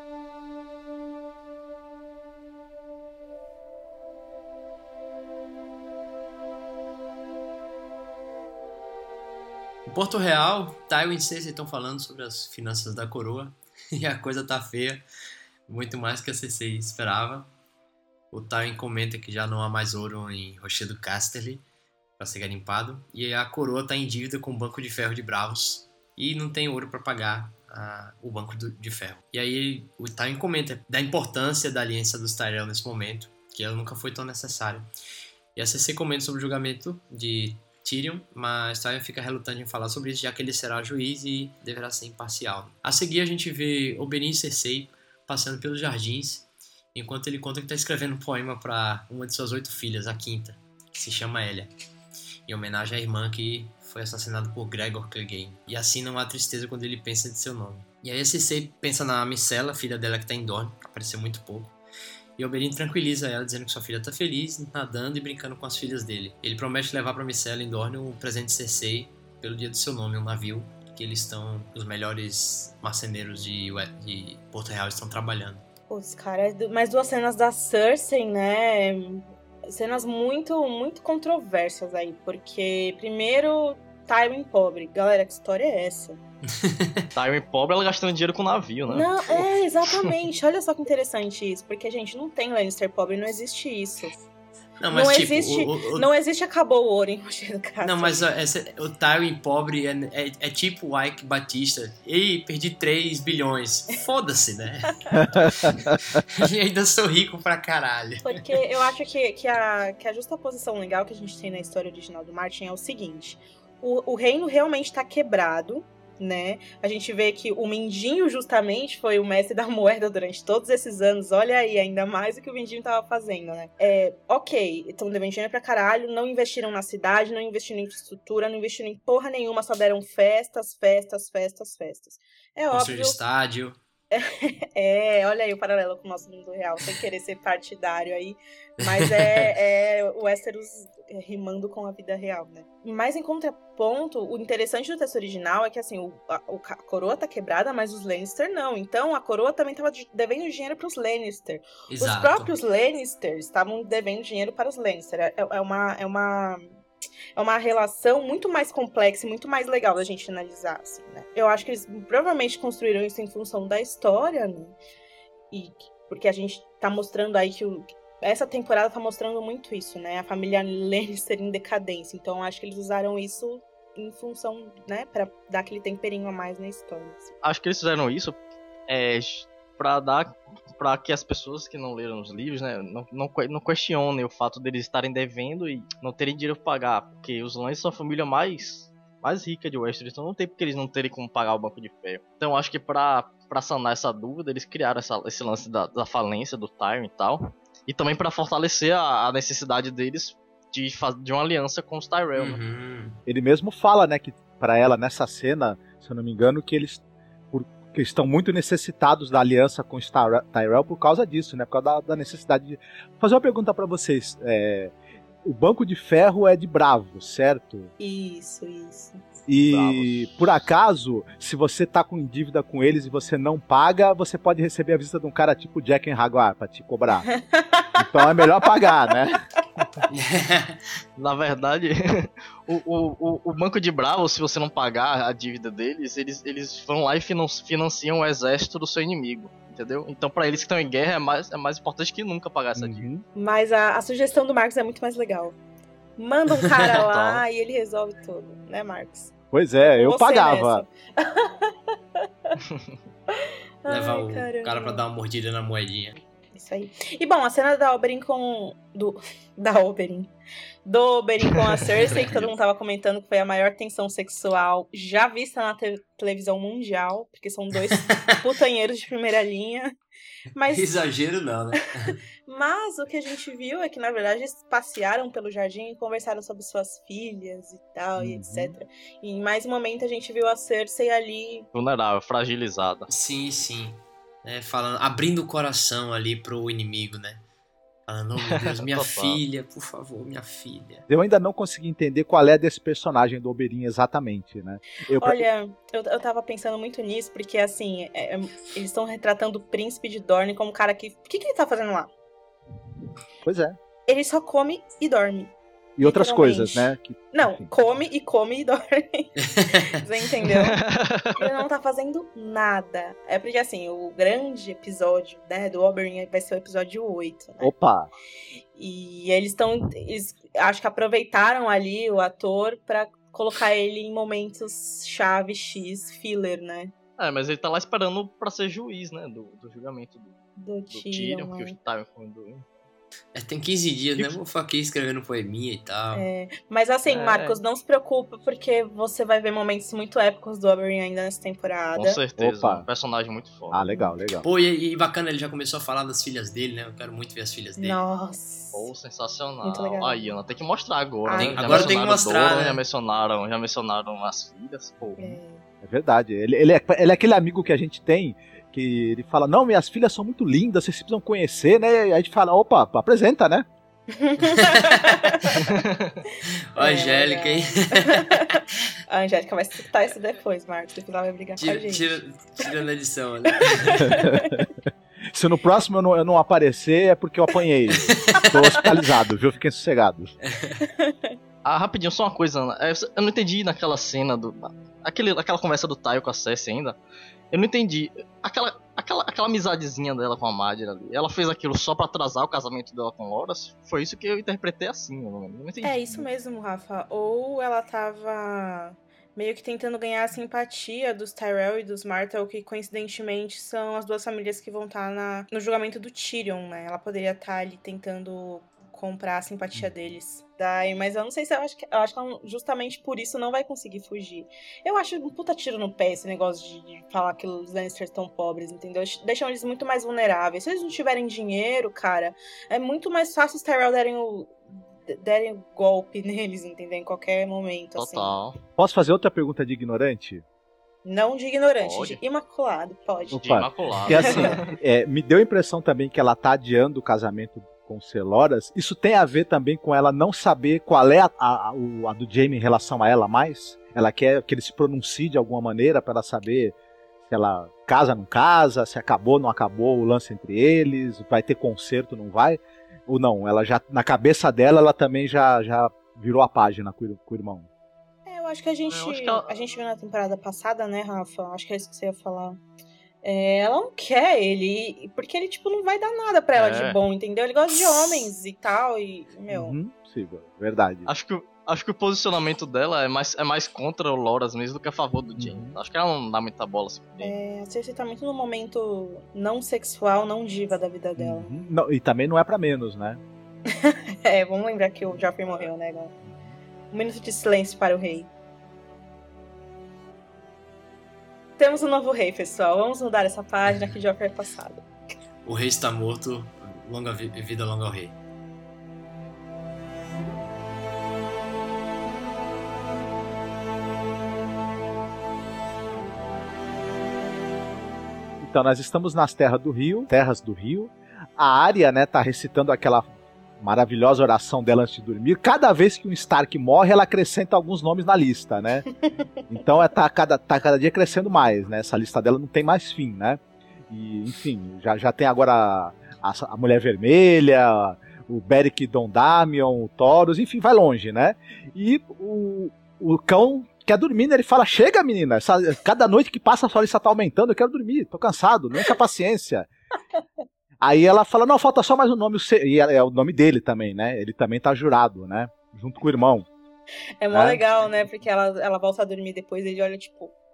Em Porto Real, Tywin e Cersei estão falando sobre as finanças da coroa. E a coisa tá feia. Muito mais que a Cersei esperava. O Tywin comenta que já não há mais ouro em Rochedo Casterly para ser garimpado. E a coroa está em dívida com o Banco de Ferro de Bravos. E não tem ouro para pagar a, o Banco do, de Ferro. E aí o Tywin comenta da importância da aliança dos Tyrell nesse momento. Que ela nunca foi tão necessária. E a Cersei comenta sobre o julgamento de Tyrion. Mas Tywin fica relutante em falar sobre isso, já que ele será juiz e deverá ser imparcial. A seguir a gente vê Oberyn e Cersei passeando pelos jardins, enquanto ele conta que está escrevendo um poema para uma de suas oito filhas, a quinta, que se chama Elia, em homenagem à irmã que foi assassinada por Gregor Clegane. E assim não há tristeza quando ele pensa de seu nome. E aí a Cersei pensa na Micella, filha dela que está em Dorne, que apareceu muito pouco. E Oberyn tranquiliza ela, dizendo que sua filha está feliz, nadando e brincando com as filhas dele. Ele promete levar para Micella em Dorne um presente de Cersei pelo dia do seu nome, um navio que eles estão, os melhores marceneiros de, de Porto Real estão trabalhando. Putz, cara, mais duas cenas da Cersei, né? Cenas muito, muito controversas aí. Porque, primeiro, Tywin pobre. Galera, que história é essa? Tywin pobre, ela gastando dinheiro com navio, né? Não, é, exatamente. Olha só que interessante isso. Porque, gente, não tem Lannister pobre, não existe isso. Não, mas não, tipo, existe, o, o, não existe acabou o ouro em Rochedo Casterly. Não, mas essa, o Tywin pobre é, é, é tipo o Ike Batista. Ei, perdi três bilhões. Foda-se, né? E ainda sou rico pra caralho. Porque eu acho que, que, a, que a justa posição legal que a gente tem na história original do Martin é o seguinte. O, o reino realmente tá quebrado, né? A gente vê que o Mindinho justamente foi o mestre da moeda durante todos esses anos. Olha aí, ainda mais o que o Mindinho tava fazendo, né? É, ok, estão devendo dinheiro pra caralho, não investiram na cidade, não investiram em infraestrutura, não investiram em porra nenhuma, só deram festas, festas, festas, festas. É Construir óbvio... estádio. É, olha aí o paralelo com o nosso mundo real, sem querer ser partidário aí, mas é, é o Westeros rimando com a vida real, né? Mas em contraponto, o interessante do texto original é que assim, o, a, a coroa tá quebrada, mas os Lannister não. Então a coroa também tava devendo dinheiro pros Lannister. Exato. Os próprios Lannister estavam devendo dinheiro para os Lannister. É, é uma... É uma É uma relação muito mais complexa e muito mais legal da gente analisar, assim, né? Eu acho que eles provavelmente construíram isso em função da história, né? E porque a gente tá mostrando aí que o, essa temporada tá mostrando muito isso, né? A família Lannister em decadência. Então eu acho que eles usaram isso em função, né? Pra dar aquele temperinho a mais na história. Assim. Acho que eles fizeram isso é, pra dar... para que as pessoas que não leram os livros, né, não, não, não questionem o fato deles estarem devendo e não terem dinheiro para pagar, porque os Lannister são a família mais, mais rica de Westeros, então não tem porque eles não terem como pagar o Banco de Ferro. Então acho que para para sanar essa dúvida, eles criaram essa, esse lance da, da falência do Tyrion e tal, e também para fortalecer a, a necessidade deles de, de uma aliança com os Tyrell. Uhum. Né? Ele mesmo fala, né, que para ela nessa cena, se eu não me engano, que eles que estão muito necessitados da aliança com os Tyrell por causa disso, né? Por causa da, da necessidade de... Vou fazer uma pergunta pra vocês. É... O Banco de Ferro é de Bravos, certo? Isso, isso. E, Bravos. Por acaso, se você tá com dívida com eles e você não paga, você pode receber a visita de um cara tipo Jack Hagar pra te cobrar. Então é melhor pagar, né? Na verdade, o, o, o Banco de Bravos, se você não pagar a dívida deles, eles, eles vão lá e financiam o exército do seu inimigo, entendeu? Então pra eles que estão em guerra é mais, é mais importante que nunca pagar essa dívida. Uhum. Mas a, a sugestão do Marcos é muito mais legal. Manda um cara lá e ele resolve tudo, né, Marcos? Pois é, eu Você pagava. Levar Ai, o caramba. cara pra dar uma mordida na moedinha. Isso aí. E bom, a cena da Oberyn com... Do... Da Oberyn. Do Oberyn com a Cersei, que todo mundo tava comentando que foi a maior tensão sexual já vista na te- televisão mundial, porque são dois putanheiros de primeira linha. Mas... Exagero não, né? Mas o que a gente viu é que, na verdade, eles passearam pelo jardim e conversaram sobre suas filhas e tal, Uhum. e etcétera. E em mais um momento a gente viu a Cersei ali... Vulnerável, fragilizada. Sim, sim. É, falando, abrindo o coração ali pro inimigo, né? Falando, oh meu Deus, minha Total. filha, por favor, minha filha. Eu ainda não consegui entender qual é desse personagem do Oberyn exatamente, né? Eu, Olha, eu, eu tava pensando muito nisso, porque, assim, é- é- eles estão retratando o príncipe de Dorne como um cara que... O que, que ele tá fazendo lá? Pois é. Ele só come e dorme. E outras Literalmente. coisas, né? Que, Não, enfim. come e come e dorme. Você entendeu? Ele não tá fazendo nada. É porque, assim, o grande episódio, né, do Oberyn vai ser o episódio oito, né? Opa! E eles estão... Eles, acho que aproveitaram ali o ator pra colocar ele em momentos chave X, filler, né? É, mas ele tá lá esperando pra ser juiz, né? Do, do julgamento do, Do do Tyrion, Tyrion, que né? o Tyrion conduiu. É, tem quinze dias, né? Vou ficar aqui escrevendo poeminha e tal. É, mas assim, É. Marcos, não se preocupa, porque você vai ver momentos muito épicos do Oberyn ainda nessa temporada. Com certeza, Opa. um personagem muito forte. Ah, legal, legal. Pô, e, e bacana, ele já começou a falar das filhas dele, né? Eu quero muito ver as filhas dele. Nossa. Pô, sensacional. Muito legal. Aí, Ana, tem que mostrar agora, Ai, né? Já agora tem que mencionaram mostrar, Doran, né? Já mencionaram, já mencionaram as filhas, pô. É. É verdade. Ele, ele, é, ele é aquele amigo que a gente tem que ele fala, não, minhas filhas são muito lindas, vocês precisam conhecer, né? E a gente fala, opa, apresenta, né? Ó, a Angélica, hein? A Angélica vai escutar isso depois, Marcos. Depois ela vai brigar com a Tira, gente. tira, tira na edição, né? Se no próximo eu não, eu não aparecer, é porque eu apanhei. Tô hospitalizado, viu? Fiquem sossegados. Ah, rapidinho, só uma coisa, Ana. É, Eu não entendi naquela cena do... Aquele, aquela conversa do Taio com a Cersei ainda. Eu não entendi. Aquela, aquela, aquela amizadezinha dela com a Madre ali. Ela fez aquilo só pra atrasar o casamento dela com Loras? Foi isso que eu interpretei assim, eu não, eu não entendi. É isso mesmo, Rafa. Ou ela tava meio que tentando ganhar a simpatia dos Tyrell e dos Martell, que coincidentemente são as duas famílias que vão estar na, no julgamento do Tyrion, né? Ela poderia estar ali tentando comprar a simpatia deles. Daí, mas eu não sei se eu acho que eu acho que ela justamente por isso não vai conseguir fugir. Eu acho um puta tiro no pé esse negócio de, de falar que os Lannisters estão pobres, entendeu? Deixam eles muito mais vulneráveis. Se eles não tiverem dinheiro, cara, é muito mais fácil os Tyrell derem o derem o golpe neles, entendeu? Em qualquer momento, assim. Total. Posso fazer outra pergunta de ignorante? Não de ignorante, Pode. de imaculado, pode. De Opa. imaculado. Porque assim, é, me deu a impressão também que ela tá adiando o casamento com o Celoras. Isso tem a ver também com ela não saber qual é a, a, a do Jaime em relação a ela mais? Ela quer que ele se pronuncie de alguma maneira para ela saber se ela casa ou não casa, se acabou ou não acabou o lance entre eles, vai ter concerto ou não vai? Ou não, ela já, na cabeça dela, ela também já, já virou a página com, o- com o irmão. É, eu acho que a gente, Eu acho que ela- a gente viu na temporada passada, né, Rafa? Acho que é isso que você ia falar. É, ela não quer ele, porque ele, tipo, não vai dar nada pra ela É. de bom, entendeu? Ele gosta de homens e tal, e, meu... Uhum, possível, verdade. Acho que, o- acho que o posicionamento dela é mais, é mais contra o Loras mesmo do que a favor do Jaime. Uhum. Acho que ela não dá muita bola assim pro Jaime. É, a Cersei tá muito no momento não sexual, não diva da vida dela. Uhum. Não, e também não é pra menos, né? É, vamos lembrar que o Joffrey morreu, né, galera? Um minuto de silêncio para o rei. Temos um novo rei, pessoal. Vamos mudar essa página que o Joffrey é passado. O rei está morto, longa vi- vida longa ao rei. Então, nós estamos nas terras do Rio, terras do Rio. A Arya, né, tá recitando aquela maravilhosa oração dela antes de dormir. Cada vez que um Stark morre, ela acrescenta alguns nomes na lista, né? Então, é, tá, cada, tá cada dia crescendo mais, né? Essa lista dela não tem mais fim, né? E, enfim, já, já tem agora a, a Mulher Vermelha, o Beric Dondarrion, o Thoros, enfim, vai longe, né? E o, o cão quer dormir, né? Ele fala, chega, menina, essa, cada noite que passa a sua lista tá aumentando, eu quero dormir, tô cansado, não enche a paciência. Aí ela fala, não, falta só mais um nome, e é o nome dele também, né? Ele também tá jurado, né? Junto com o irmão. É mó É. legal, né? Porque ela, ela volta a dormir depois e ele olha, tipo,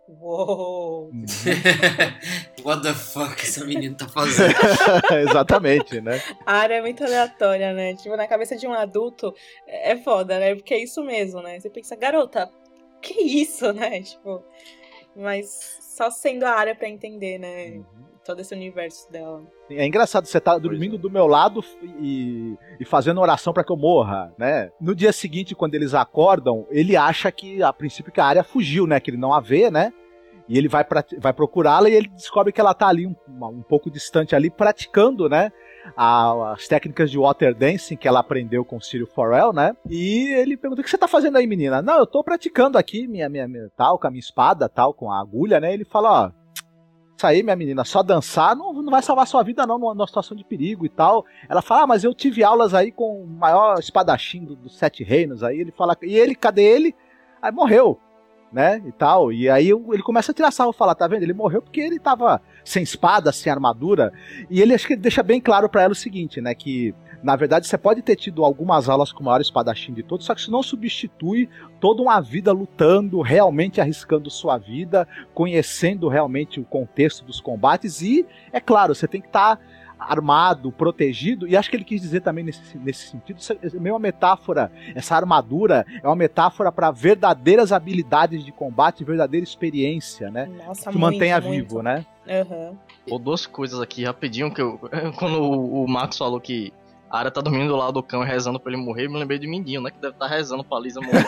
Uou! What the fuck essa menina tá fazendo? Exatamente, né? A área é muito aleatória, né? Tipo, na cabeça de um adulto é foda, né? Porque é isso mesmo, né? Você pensa, garota, que isso, né? Tipo, mas só sendo a área pra entender, né? Uhum. Todo esse universo dela. É engraçado, você tá dormindo do meu lado e, e fazendo oração pra que eu morra, né? No dia seguinte, quando eles acordam, ele acha que, a princípio, que a área fugiu, né? Que ele não a vê, né? E ele vai, pra, vai procurá-la e ele descobre que ela tá ali, um, um pouco distante ali, praticando, né? A, as técnicas de water dancing que ela aprendeu com o Círio Forel, né? E ele pergunta, o que você tá fazendo aí, menina? Não, eu tô praticando aqui, minha, minha, minha, tal, com a minha espada, tal, com a agulha, né? Ele fala, ó, isso aí, minha menina, só dançar não, não vai salvar sua vida não, numa, numa situação de perigo e tal. Ela fala, ah, mas eu tive aulas aí com o maior espadachim dos do Sete Reinos. Aí ele fala, e ele, cadê ele? Aí morreu, né, e tal. E aí ele começa a tirar sarro e falar, tá vendo? Ele morreu porque ele tava sem espada, sem armadura. E ele, acho que ele deixa bem claro pra ela o seguinte, né, que na verdade você pode ter tido algumas aulas com o maior espadachim de todos, só que isso não substitui toda uma vida lutando, realmente arriscando sua vida, conhecendo realmente o contexto dos combates. E, é claro, você tem que estar tá armado, protegido, e acho que ele quis dizer também nesse, nesse sentido, isso é meio uma metáfora, essa armadura é uma metáfora para verdadeiras habilidades de combate, verdadeira experiência, né? Nossa, que muito, mantenha muito. vivo, né? Uhum. Ou duas coisas aqui rapidinho, que eu, quando o, o Marcos falou que a Arya tá dormindo do lado do cão e rezando pra ele morrer, eu me lembrei de Mindinho, né? Que deve estar tá rezando pra Lisa morrer.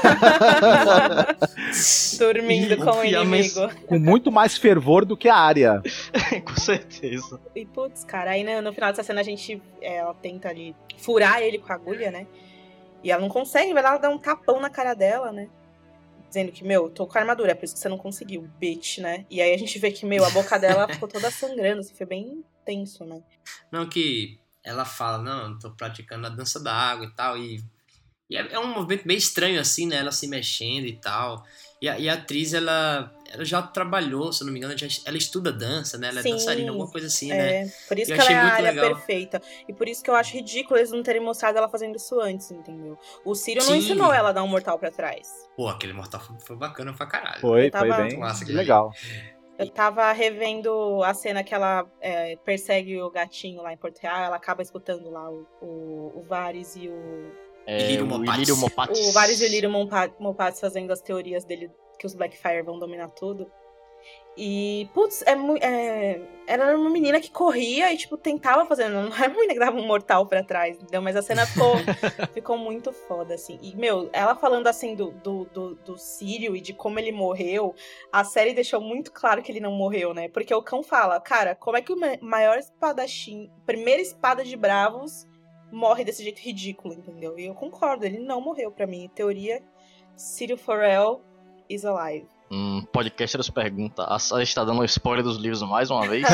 Dormindo e, com o inimigo. Mens... Com muito mais fervor do que a Arya. Com certeza. E putz, cara, aí no, no final dessa cena a gente, é, ela tenta ali furar ele com a agulha, né? E ela não consegue, vai lá dar um tapão na cara dela, né? Dizendo que, meu, tô com a armadura, é por isso que você não conseguiu, bitch, né? E aí a gente vê que, meu, a boca dela ficou toda sangrando, assim, foi bem tenso, né? Não, que... ela fala, não, eu tô praticando a dança da água e tal, e, e é, é um movimento meio estranho assim, né, ela se mexendo e tal, e a, e a atriz, ela, ela já trabalhou, se eu não me engano, já, ela estuda dança, né, ela Sim, é dançarina, alguma coisa assim, é, né. por isso eu que ela é a área legal. perfeita, e por isso que eu acho ridículo eles não terem mostrado ela fazendo isso antes, entendeu? O Círio não Sim. ensinou ela a dar um mortal pra trás. Pô, aquele mortal foi, foi bacana pra caralho. Foi, tava... foi bem Massa, legal. Eu tava revendo a cena que ela é, persegue o gatinho lá em Porto Real, ela acaba escutando lá o, o, o Varys e o... É, Ilírio o Ilírio Mopatis. O Varys e o Ilírio Mopatis fazendo as teorias dele que os Blackfyre vão dominar tudo. E, putz, é, é, ela era uma menina que corria e, tipo, tentava fazer. Não era uma menina que dava um mortal pra trás, entendeu? Mas a cena ficou, ficou muito foda, assim. E, meu, ela falando, assim, do, do, do, do Círio e de como ele morreu, a série deixou muito claro que ele não morreu, né? Porque o cão fala, cara, como é que o maior espadachim, primeira espada de Bravos, morre desse jeito ridículo, entendeu? E eu concordo, ele não morreu pra mim. Em teoria, Círio Forel is alive. Um podcasters pergunta, a Sarah está dando spoiler dos livros mais uma vez?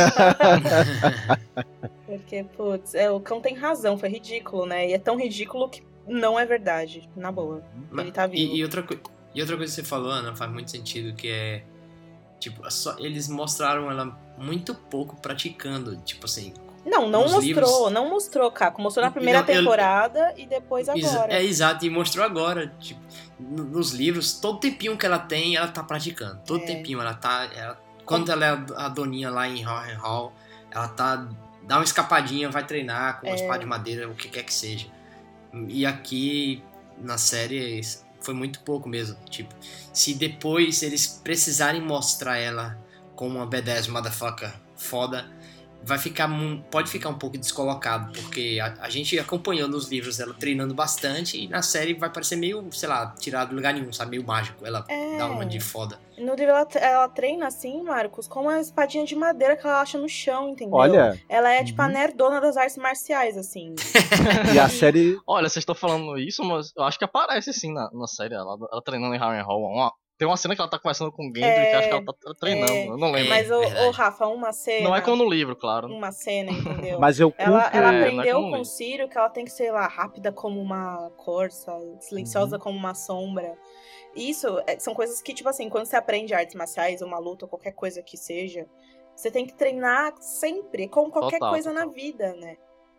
Porque, putz, é, o cão tem razão, foi ridículo, né? E é tão ridículo que não é verdade, na boa. Mas, ele tá vivo. E, e, outra, e outra coisa que você falou, Ana, faz muito sentido, que é... Tipo, só, eles mostraram ela muito pouco praticando, tipo assim... Não, não mostrou, livros... não mostrou, Caco. Mostrou na primeira eu, temporada eu, e depois agora. É, exato, e mostrou agora, tipo, nos livros, todo tempinho que ela tem, ela tá praticando. Todo é. tempinho ela tá... Ela, quando ela é a doninha lá em Harrenhal, ela tá... Dá uma escapadinha, vai treinar com uma é. espada de madeira, o que quer que seja. E aqui, na série, foi muito pouco mesmo. Tipo, se depois eles precisarem mostrar ela como uma badass motherfucker foda... vai ficar, pode ficar um pouco descolocado, porque a, a gente acompanhou nos livros ela treinando bastante e na série vai parecer meio, sei lá, tirado de lugar nenhum, sabe? Meio mágico, ela é. dá uma de foda. No livro ela, ela treina assim, Marcos, com uma espadinha de madeira que ela acha no chão, entendeu? Olha. Ela é tipo uhum. a nerdona das artes marciais, assim. E a série... Olha, vocês estão falando isso, mas eu acho que aparece sim na, na série, ela, ela treinando em Harrenhal, uma... Tem uma cena que ela tá conversando com o Gendry, é, que acho que ela tá treinando, é, eu não lembro. Mas, ô, ô, Rafa, uma cena... Não é como no livro, claro. Uma cena, entendeu? Mas eu ela, ela aprendeu é com o Círio que ela tem que ser lá, rápida como uma corça, silenciosa uhum. como uma sombra. Isso é, são coisas que, tipo assim, quando você aprende artes marciais, uma luta, ou qualquer coisa que seja, você tem que treinar sempre, como qualquer total, coisa total. na vida, né?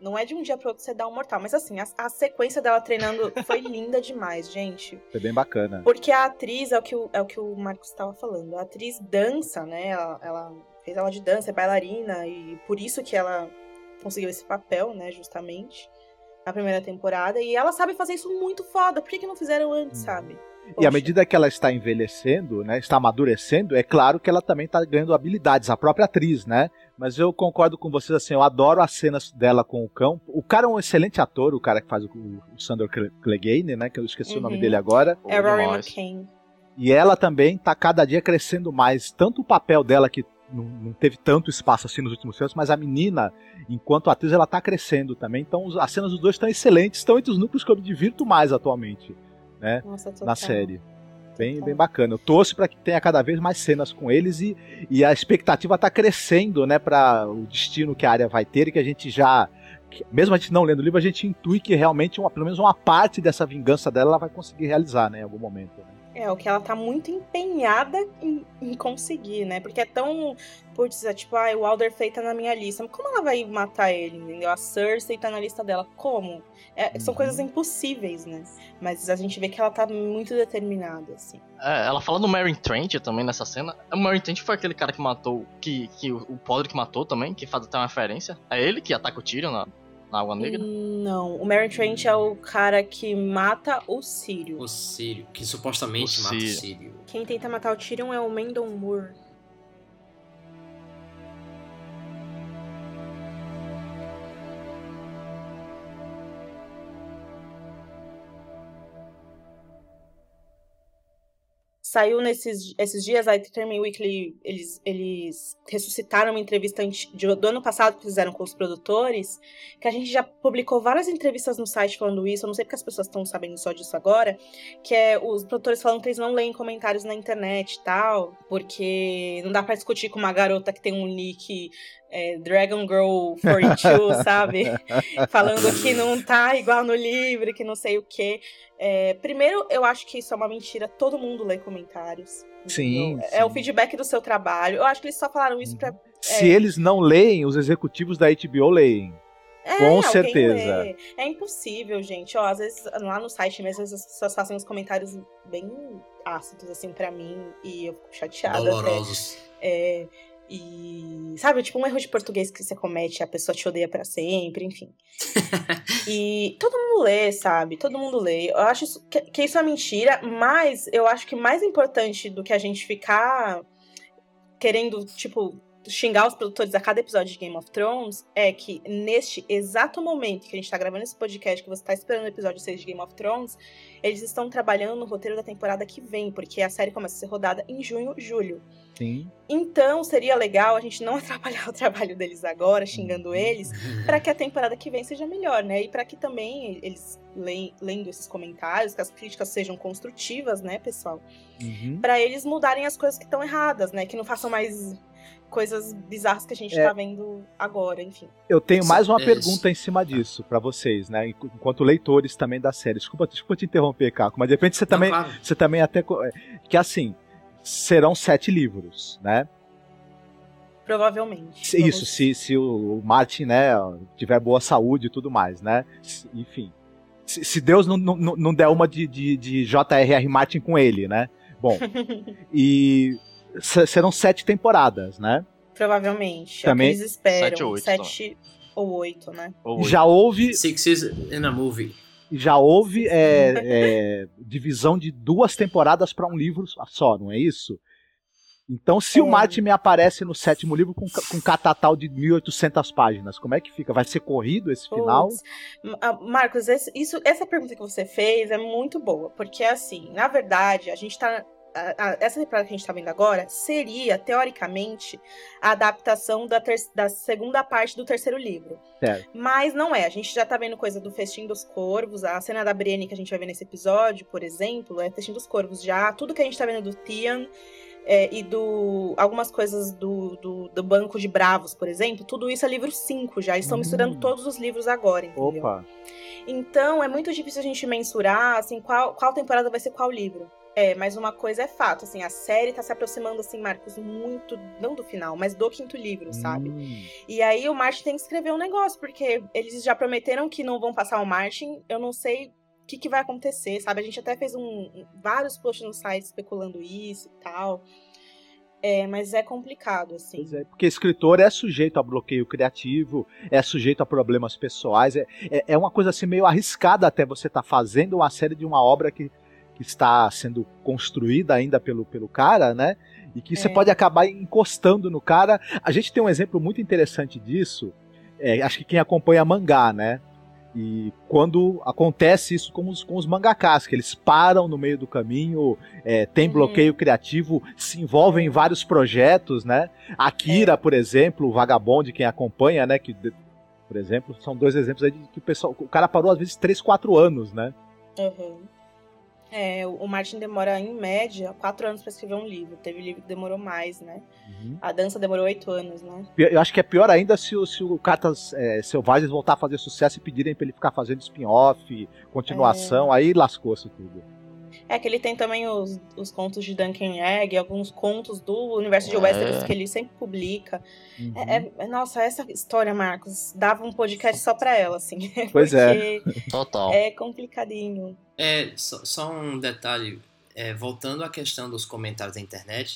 Não é de um dia pro outro você dar um mortal. Mas assim, a, a sequência dela treinando foi linda demais, gente. Foi bem bacana. Porque a atriz, é o que o, é o, que o Marcos estava falando, a atriz dança, né? Ela, ela fez aula de dança, é bailarina, e por isso que ela conseguiu esse papel, né, justamente, na primeira temporada. E ela sabe fazer isso muito foda. Por que, que não fizeram antes, hum. sabe? E Poxa. à medida que ela está envelhecendo, né, está amadurecendo, é claro que ela também está ganhando habilidades, a própria atriz, né? Mas eu concordo com vocês, assim, eu adoro as cenas dela com o cão. O cara é um excelente ator, o cara que faz o, o Sandor Clegane, né? Que eu esqueci uhum. o nome dele agora. É Rory McKay. E ela também está cada dia crescendo mais, tanto o papel dela que não, não teve tanto espaço assim nos últimos filmes, mas a menina, enquanto atriz, ela está crescendo também. Então as cenas dos dois estão excelentes, estão entre os núcleos que eu me divirto mais atualmente. Né, Nossa, na série. Bem, bem bacana. Eu torço para que tenha cada vez mais cenas com eles e, e a expectativa está crescendo, né, para o destino que a área vai ter e que a gente já, mesmo a gente não lendo o livro, a gente intui que realmente uma, pelo menos uma parte dessa vingança dela ela vai conseguir realizar, né, em algum momento. Né? É, o que ela tá muito empenhada em, em conseguir, né? Porque é tão... Putz, é tipo, ah, o Alder Frey tá na minha lista. Mas como ela vai matar ele, entendeu? A Cersei tá na lista dela. Como? É, são coisas impossíveis, né? Mas a gente vê que ela tá muito determinada, assim. É, ela fala do Meryn Trant também nessa cena. O Meryn Trant foi aquele cara que matou... Que, que o, o Podrick matou também, que faz até uma referência. É ele que ataca o Tyrion na... Na Água Negra? Não, o Meryn Trant é o cara que mata o Sírio. O Sírio, que supostamente o mata Sírio. o Sírio. Quem tenta matar o Tyrion é o Mendon Moore. Saiu nesses esses dias, a Entertainment Weekly, eles, eles ressuscitaram uma entrevista de, do ano passado que fizeram com os produtores, que a gente já publicou várias entrevistas no site falando isso, eu não sei porque as pessoas estão sabendo só disso agora, que é os produtores falando que eles não leem comentários na internet e tal, porque não dá pra discutir com uma garota que tem um nick... É, Dragon Girl quarenta e dois, sabe? Falando que não tá igual no livro, que não sei o quê. É, primeiro, eu acho que isso é uma mentira. Todo mundo lê comentários. Sim, é, é o feedback do seu trabalho. Eu acho que eles só falaram isso pra... Se é... eles não leem, os executivos da H B O leem. É, com certeza. Lê. É impossível, gente. Ó, às vezes, lá no site mesmo, as pessoas fazem uns comentários bem ácidos, assim, pra mim. E eu fico chateada. Dolorosos. É... E, sabe, tipo um erro de português que você comete, a pessoa te odeia pra sempre, enfim. E todo mundo lê, sabe? Todo mundo lê. Eu acho isso, que, que isso é mentira, mas eu acho que mais importante do que a gente ficar querendo, tipo, xingar os produtores a cada episódio de Game of Thrones é que neste exato momento que a gente tá gravando esse podcast, que você tá esperando o episódio seis de Game of Thrones, eles estão trabalhando no roteiro da temporada que vem, porque a série começa a ser rodada em junho, julho. Sim. Então, seria legal a gente não atrapalhar o trabalho deles agora, xingando eles, para que a temporada que vem seja melhor, né? E para que também eles, lendo esses comentários, que as críticas sejam construtivas, né, pessoal? Uhum. Para eles mudarem as coisas que estão erradas, né? Que não façam mais coisas bizarras que a gente é. tá vendo agora, enfim. Eu tenho mais uma é pergunta isso. em cima disso para vocês, né? Enquanto leitores também da série. Desculpa, desculpa te interromper, Caco, mas de repente você também, não, claro. você também até... Que assim... Serão sete livros, né? Provavelmente. Se, isso, se, se o Martin, né, tiver boa saúde e tudo mais, né? Se, enfim. Se, se Deus não, não, não der uma de, de, de J R R Martin com ele, né? Bom, e s- serão sete temporadas, né? Provavelmente. Também, é o que eles esperam. sete ou oito, Sete ou oito, né? Ou oito. Já houve... Six is in a movie. Já houve é, é, divisão de duas temporadas para um livro só, não é isso? Então, se é. o Martin me aparece no sétimo livro com, com catatal de mil e oitocentas páginas, como é que fica? Vai ser corrido esse final? Puts. Marcos, esse, isso, essa pergunta que você fez é muito boa, porque assim, na verdade, a gente tá... A, a, essa temporada que a gente tá vendo agora seria, teoricamente, a adaptação da, ter, da segunda parte do terceiro livro. Certo. Mas não é. A gente já tá vendo coisa do Festim dos Corvos. A cena da Brienne que a gente vai ver nesse episódio, por exemplo, é Festim dos Corvos já. Tudo que a gente tá vendo do Theon é, e do algumas coisas do, do, do Banco de Bravos, por exemplo, tudo isso é livro cinco já. Eles estão hum. misturando todos os livros agora, entendeu? Opa! Então, é muito difícil a gente mensurar, assim, qual, qual temporada vai ser qual livro. É, mas uma coisa é fato, assim, a série tá se aproximando, assim, Marcos, muito, não do final, mas do quinto livro, sabe? Hum. E aí o Martin tem que escrever um negócio, porque eles já prometeram que não vão passar o Martin, eu não sei o que, que vai acontecer, sabe? A gente até fez um, vários posts no site especulando isso e tal, é, mas é complicado, assim. Pois é, porque escritor é sujeito a bloqueio criativo, é sujeito a problemas pessoais, é, é, é uma coisa assim meio arriscada até você estar tá fazendo uma série de uma obra que que está sendo construída ainda pelo, pelo cara, né? E que é. você pode acabar encostando no cara. A gente tem um exemplo muito interessante disso, é, acho que quem acompanha mangá, né? E quando acontece isso com os, com os mangakás, que eles param no meio do caminho, é, tem uhum. bloqueio criativo, se envolvem em vários projetos, né? Akira, é. por exemplo, o Vagabond, quem acompanha, né? Que, por exemplo, são dois exemplos aí de que o pessoal, o cara parou às vezes três, quatro anos, né? Uhum. É, o Martin demora, em média, quatro anos pra escrever um livro. Teve livro que demorou mais, né? Uhum. A Dança demorou oito anos, né? Eu acho que é pior ainda se o, se o Cartas é, Selvagens voltar a fazer sucesso e pedirem pra ele ficar fazendo spin-off, continuação, é. aí lascou-se tudo. É que ele tem também os, os contos de Duncan Egg, alguns contos do universo de Westeros é. que ele sempre publica. Uhum. É, é, nossa, essa história, Marcos, dava um podcast só pra ela, assim. Pois é. Total. É complicadinho. É, só, só um detalhe. É, voltando à questão dos comentários da internet,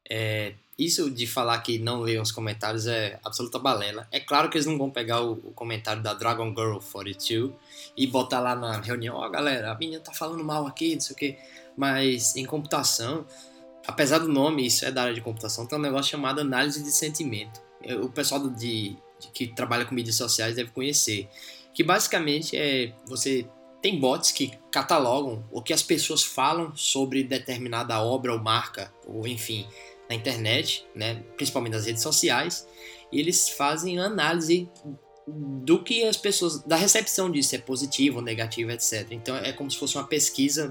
é, isso de falar que não leiam os comentários é absoluta balela. É claro que eles não vão pegar o, o comentário da Dragon Girl quarenta e dois e botar lá na reunião, ó, oh, galera, a menina tá falando mal aqui, não sei o quê. Mas em computação, apesar do nome, isso é da área de computação, tem um negócio chamado análise de sentimento. O pessoal de, de, que trabalha com mídias sociais deve conhecer. Que basicamente é você tem bots que catalogam o que as pessoas falam sobre determinada obra ou marca, ou enfim, na internet, né, principalmente nas redes sociais, e eles fazem análise do que as pessoas, da recepção disso, é positivo ou negativo, etcétera. Então é como se fosse uma pesquisa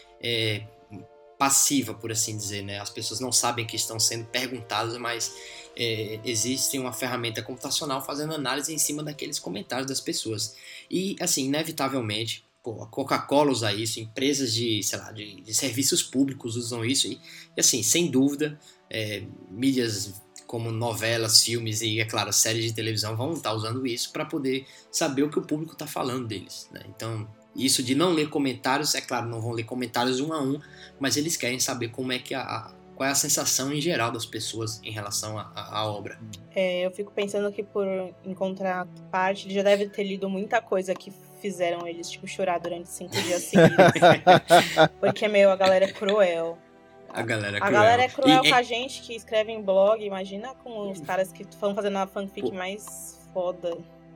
é, passiva, por assim dizer, né? As pessoas não sabem que estão sendo perguntadas, mas é, existe uma ferramenta computacional fazendo análise em cima daqueles comentários das pessoas. E, assim, inevitavelmente, pô, a Coca-Cola usa isso, empresas de, sei lá, de, de serviços públicos usam isso, e, e assim, sem dúvida, é, mídias como novelas, filmes e, é claro, séries de televisão vão estar usando isso para poder saber o que o público está falando deles, né? Então, isso de não ler comentários, é claro, não vão ler comentários um a um, mas eles querem saber como é que a, qual é a sensação em geral das pessoas em relação à obra. É, eu fico pensando que por encontrar parte, ele já deve ter lido muita coisa que fizeram eles, tipo, chorar durante cinco dias seguidos. Porque, meu, a galera é cruel. A galera é a cruel. galera é cruel e, com e... a gente que escreve em blog, imagina com os caras que estão fazendo a fanfic Pô. mais foda.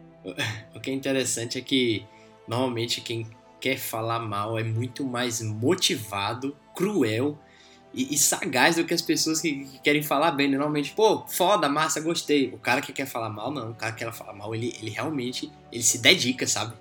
O que é interessante é que, normalmente, quem quer falar mal é muito mais motivado, cruel e, e sagaz do que as pessoas que, que querem falar bem. Normalmente, pô, foda, massa, gostei. O cara que quer falar mal, não. O cara que quer falar mal, ele, ele realmente ele se dedica, sabe?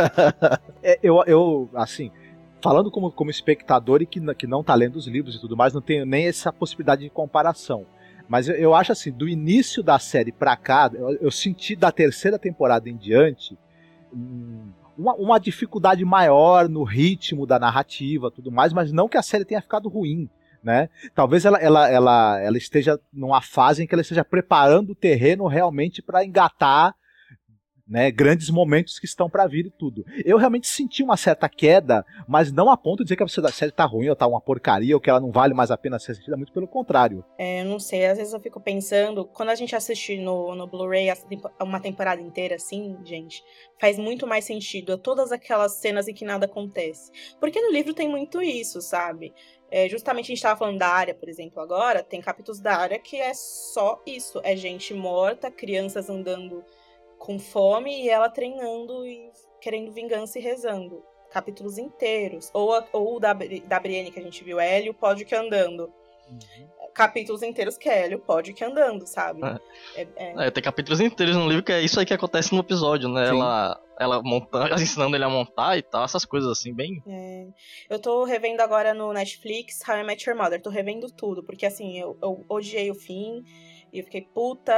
é, eu, eu, assim... Falando como, como espectador e que, que não tá lendo os livros e tudo mais, não tenho nem essa possibilidade de comparação. Mas eu, eu acho assim, do início da série pra cá, eu, eu senti da terceira temporada em diante um, uma, uma dificuldade maior no ritmo da narrativa tudo mais, mas não que a série tenha ficado ruim, né? Talvez ela, ela, ela, ela esteja numa fase em que ela esteja preparando o terreno realmente para engatar, né, grandes momentos que estão para vir e tudo. Eu realmente senti uma certa queda, mas não a ponto de dizer que a série tá ruim ou tá uma porcaria ou que ela não vale mais a pena ser assistida, muito pelo contrário. É, eu não sei, às vezes eu fico pensando, quando a gente assiste no, no Blu-ray uma temporada inteira assim, gente, faz muito mais sentido todas aquelas cenas em que nada acontece. Porque no livro tem muito isso, sabe? É, justamente a gente tava falando da Arya, por exemplo, agora, tem capítulos da Arya que é só isso, é gente morta, crianças andando com fome e ela treinando e querendo vingança e rezando. Capítulos inteiros. Ou, a, ou o da, da Brienne que a gente viu, Hélio pode que andando. Uhum. Capítulos inteiros que Hélio pode que andando, sabe? É. É, é... É, tem capítulos inteiros no livro que é isso aí que acontece no episódio, né? Ela, ela montando, ensinando ele a montar e tal, essas coisas assim, bem... É. Eu tô revendo agora no Netflix How I Met Your Mother. Tô revendo tudo, porque assim, eu, eu odiei o fim e eu fiquei puta...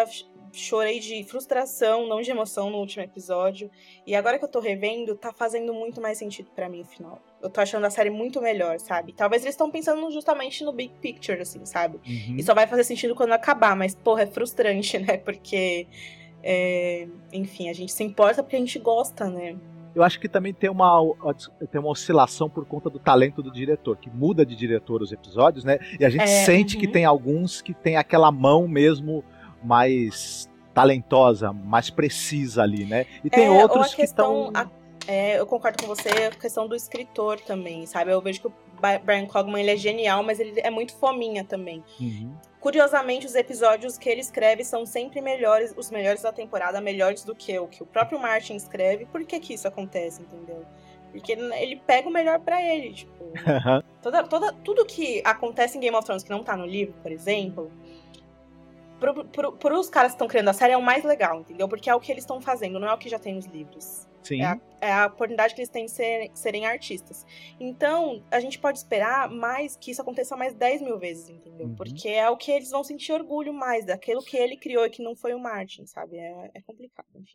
chorei de frustração, não de emoção no último episódio. E agora que eu tô revendo, tá fazendo muito mais sentido pra mim o final. Eu tô achando a série muito melhor, sabe? Talvez eles estão pensando justamente no big picture, assim, sabe? Uhum. E só vai fazer sentido quando acabar, mas, porra, é frustrante, né? Porque, é... enfim, a gente se importa porque a gente gosta, né? Eu acho que também tem uma, tem uma oscilação por conta do talento do diretor, que muda de diretor os episódios, né? E a gente É, sente uhum. que tem alguns que tem aquela mão mesmo mais talentosa, mais precisa ali, né? E tem É, outros ou a que questão, estão... a- é, eu concordo com você, a questão do escritor também, sabe? Eu vejo que o Ba- Brian Cogman, ele é genial, mas ele é muito fominha também. Uhum. Curiosamente, os episódios que ele escreve são sempre melhores, os melhores da temporada, melhores do que o que o próprio Martin escreve. Por que que isso acontece, entendeu? Porque ele, ele pega o melhor pra ele, tipo... toda, toda, tudo que acontece em Game of Thrones que não tá no livro, por exemplo... Pro, pro, pros caras que estão criando a série é o mais legal, entendeu? Porque é o que eles estão fazendo, não é o que já tem nos livros. Sim. É a, é a oportunidade que eles têm de ser, serem artistas. Então, a gente pode esperar mais que isso aconteça mais dez mil vezes, entendeu? Uhum. Porque é o que eles vão sentir orgulho mais, daquilo que ele criou e que não foi o Martin, sabe? É, é complicado, enfim.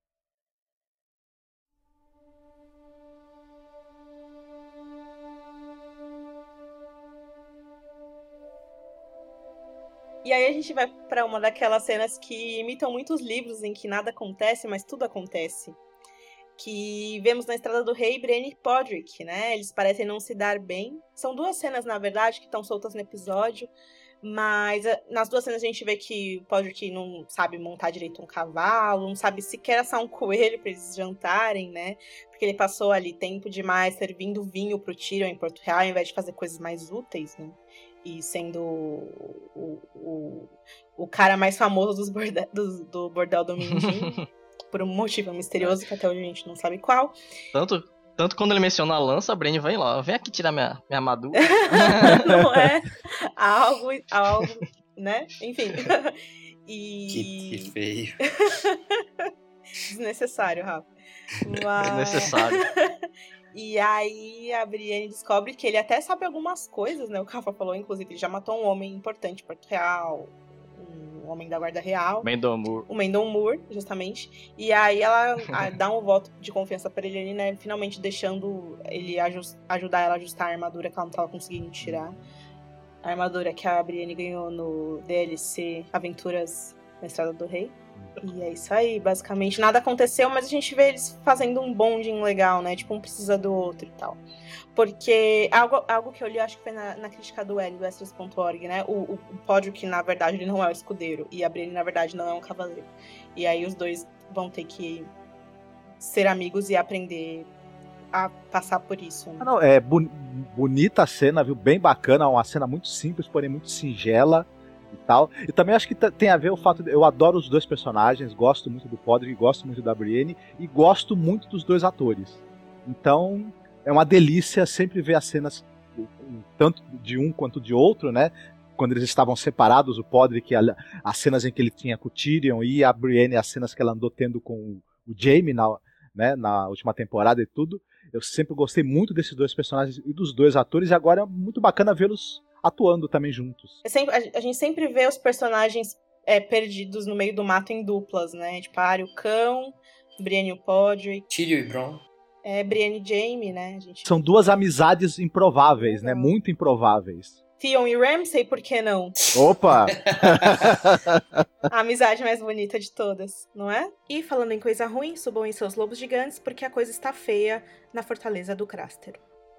E aí a gente vai pra uma daquelas cenas que imitam muitos livros em que nada acontece, mas tudo acontece. Que vemos na Estrada do Rei, Brienne e Podrick, né? Eles parecem não se dar bem. São duas cenas, na verdade, que estão soltas no episódio. Mas nas duas cenas a gente vê que o Podrick não sabe montar direito um cavalo, não sabe sequer assar um coelho pra eles jantarem, né? Porque ele passou ali tempo demais servindo vinho pro Tyrion em Porto Real, ao invés de fazer coisas mais úteis, né? E sendo o, o, o cara mais famoso dos borde, do, do bordel do Mindinho. Por um motivo misterioso que até hoje a gente não sabe qual. Tanto, tanto quando ele menciona a lança, a Brienne vem lá, vem aqui tirar minha, minha armadura. Não é algo, algo, né? Enfim. E... Que, que feio. Desnecessário, Rafa. Mas... Desnecessário. E aí a Brienne descobre que ele até sabe algumas coisas, né? O Rafa falou, inclusive, ele já matou um homem importante em Porto Real, um homem da Guarda Real. Mendon Moore. O Mendon Moore, justamente. E aí ela dá um voto de confiança pra ele, né? Finalmente deixando ele ajust- ajudar ela a ajustar a armadura que ela não tava conseguindo tirar. A armadura que a Brienne ganhou no D L C Aventuras na Estrada do Rei. E é isso aí, basicamente. Nada aconteceu, mas a gente vê eles fazendo um bonding legal, né? Tipo, um precisa do outro e tal. Porque algo, algo que eu li, acho que foi na, na crítica do L, do Extras ponto org, né? O, o, o Podrick, na verdade, ele não é o escudeiro. E a Brienne, na verdade, não é um cavaleiro. E aí os dois vão ter que ser amigos e aprender a passar por isso. Né? Ah, não, é bu- bonita a cena, viu? Bem bacana, uma cena muito simples, porém muito singela. E tal. E também acho que t- tem a ver o fato de eu adoro os dois personagens, gosto muito do Podrick, gosto muito da Brienne e gosto muito dos dois atores. Então é uma delícia sempre ver as cenas tanto de um quanto de outro, né? Quando eles estavam separados, o Podrick, as cenas em que ele tinha com o Tyrion, e a Brienne, as cenas que ela andou tendo com o Jaime na, né, na última temporada e tudo. Eu sempre gostei muito desses dois personagens e dos dois atores, e agora é muito bacana vê-los atuando também juntos. É sempre, a, a gente sempre vê os personagens é, perdidos no meio do mato em duplas, né? Tipo, a Arya, o Cão, Brienne e o Podrick. Tyrion e Bronn. É, Brienne e Jaime, né? A gente... São duas amizades improváveis, né? Muito improváveis. Theon e Ramsay, por que não? Opa! A amizade mais bonita de todas, não é? E falando em coisa ruim, subam em seus lobos gigantes, porque a coisa está feia na fortaleza do Craster.